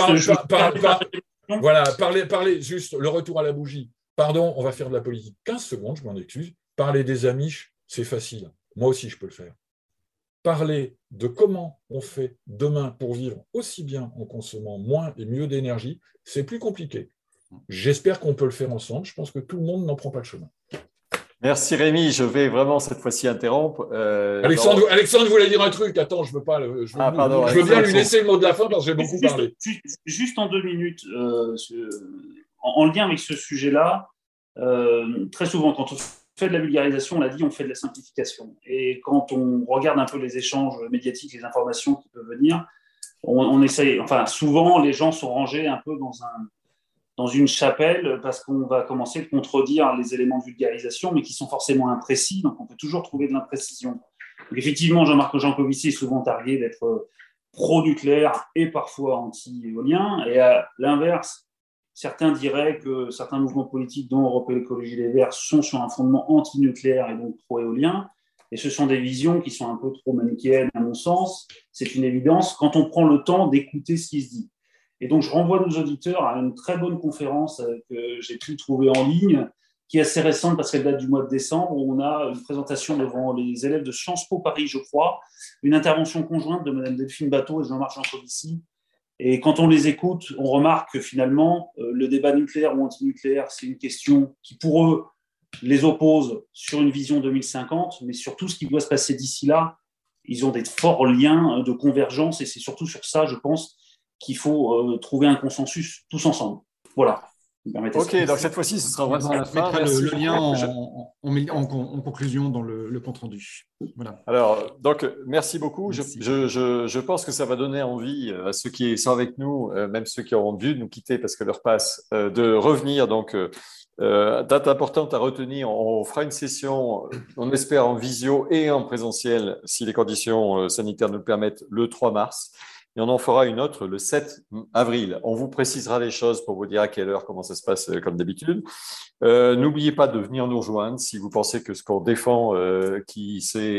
parler juste le retour à la bougie. Pardon, on va faire de la politique. 15 secondes, je m'en excuse. Parler des Amish, c'est facile. Moi aussi, je peux le faire. Parler de comment on fait demain pour vivre aussi bien en consommant moins et mieux d'énergie, c'est plus compliqué. J'espère qu'on peut le faire ensemble. Je pense que tout le monde n'en prend pas le chemin. Merci Rémi, je vais vraiment cette fois-ci interrompre. Alexandre voulait dire un truc. Attends, je veux bien lui laisser le mot de la fin parce que j'ai beaucoup parlé. Juste en 2 minutes, en lien avec ce sujet-là, très souvent quand on fait de la vulgarisation, on l'a dit, on fait de la simplification. Et quand on regarde un peu les échanges médiatiques, les informations qui peuvent venir, on essaye. Enfin, souvent les gens sont rangés un peu dans une chapelle parce qu'on va commencer de contredire les éléments de vulgarisation, mais qui sont forcément imprécis, donc on peut toujours trouver de l'imprécision. Donc effectivement, Jean-Marc Jancovici est souvent targué d'être pro-nucléaire et parfois anti-éolien, et à l'inverse, certains diraient que certains mouvements politiques, dont Europe Écologie Les Verts, sont sur un fondement anti-nucléaire et donc pro-éolien, et ce sont des visions qui sont un peu trop manichéennes à mon sens, c'est une évidence, quand on prend le temps d'écouter ce qui se dit. Et donc, je renvoie nos auditeurs à une très bonne conférence que j'ai pu trouver en ligne, qui est assez récente parce qu'elle date du mois de décembre, où on a une présentation devant les élèves de Sciences Po Paris, je crois, une intervention conjointe de Mme Delphine Bateau et Jean-Marc Jancovici. Et quand on les écoute, on remarque que finalement, le débat nucléaire ou antinucléaire, c'est une question qui, pour eux, les oppose sur une vision 2050, mais sur tout ce qui doit se passer d'ici là, ils ont des forts liens de convergence, et c'est surtout sur ça, je pense, qu'il faut trouver un consensus tous ensemble. Voilà. Ok, donc cette fois-ci, ce sera vraiment la fin. On mettra le lien en conclusion dans le compte-rendu. Voilà. Alors, donc, merci beaucoup. Merci. Je pense que ça va donner envie à ceux qui sont avec nous, même ceux qui auront dû nous quitter parce que l'heure passe, de revenir. Donc, date importante à retenir, on fera une session, on espère en visio et en présentiel, si les conditions sanitaires nous le permettent, le 3 mars. Et on en fera une autre le 7 avril. On vous précisera les choses pour vous dire à quelle heure, comment ça se passe comme d'habitude. N'oubliez pas de venir nous rejoindre si vous pensez que ce qu'on défend, qui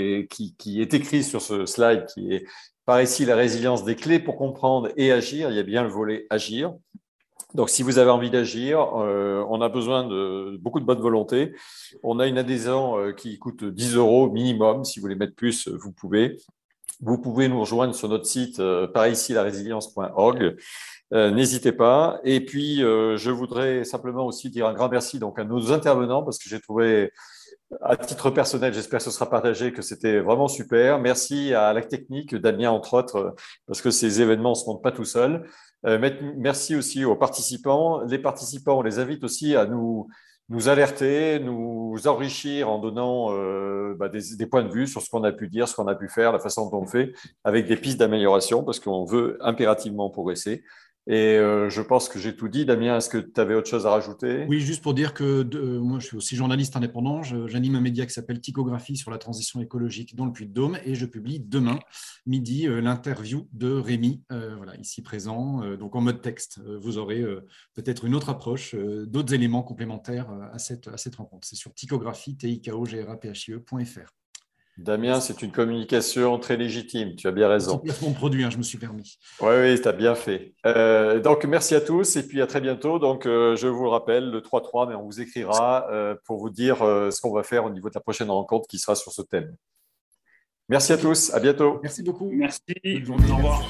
est écrit sur ce slide, qui est par ici la résilience des clés pour comprendre et agir, il y a bien le volet agir. Donc, si vous avez envie d'agir, on a besoin de beaucoup de bonne volonté. On a une adhésion qui coûte 10 € minimum. Si vous voulez mettre plus, vous pouvez. Vous pouvez nous rejoindre sur notre site par ici larésilience.org. N'hésitez pas. Et puis, je voudrais simplement aussi dire un grand merci donc à nos intervenants parce que j'ai trouvé, à titre personnel, j'espère que ce sera partagé, que c'était vraiment super. Merci à la technique, Damien entre autres, parce que ces événements ne se montent pas tout seuls. Merci aussi aux participants. Les participants, on les invite aussi à nous alerter, nous enrichir en donnant des points de vue sur ce qu'on a pu dire, ce qu'on a pu faire, la façon dont on fait, avec des pistes d'amélioration, parce qu'on veut impérativement progresser. Et je pense que j'ai tout dit. Damien, est-ce que tu avais autre chose à rajouter ? Oui, juste pour dire que moi, je suis aussi journaliste indépendant. J'anime un média qui s'appelle Tychographie sur la transition écologique dans le Puy-de-Dôme et je publie demain, midi, l'interview de Rémi, ici présent, donc en mode texte. Vous aurez peut-être une autre approche, d'autres éléments complémentaires à cette rencontre. C'est sur tychographie, tychographie.fr. Damien, c'est une communication très légitime, tu as bien raison. C'est mon produit, je me suis permis. Oui, tu as bien fait. Donc, merci à tous et puis à très bientôt. Donc, je vous le rappelle, le 3-3, mais on vous écrira pour vous dire ce qu'on va faire au niveau de la prochaine rencontre qui sera sur ce thème. Merci à tous, à bientôt. Merci beaucoup. Merci, bonne journée. Au revoir.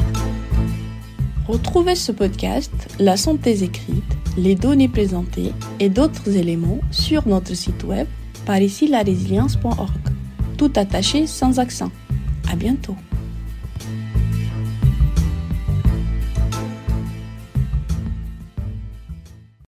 Retrouvez ce podcast, la synthèse écrite, les données présentées et d'autres éléments sur notre site web par ici larésilience.org. Tout attaché sans accent. À bientôt.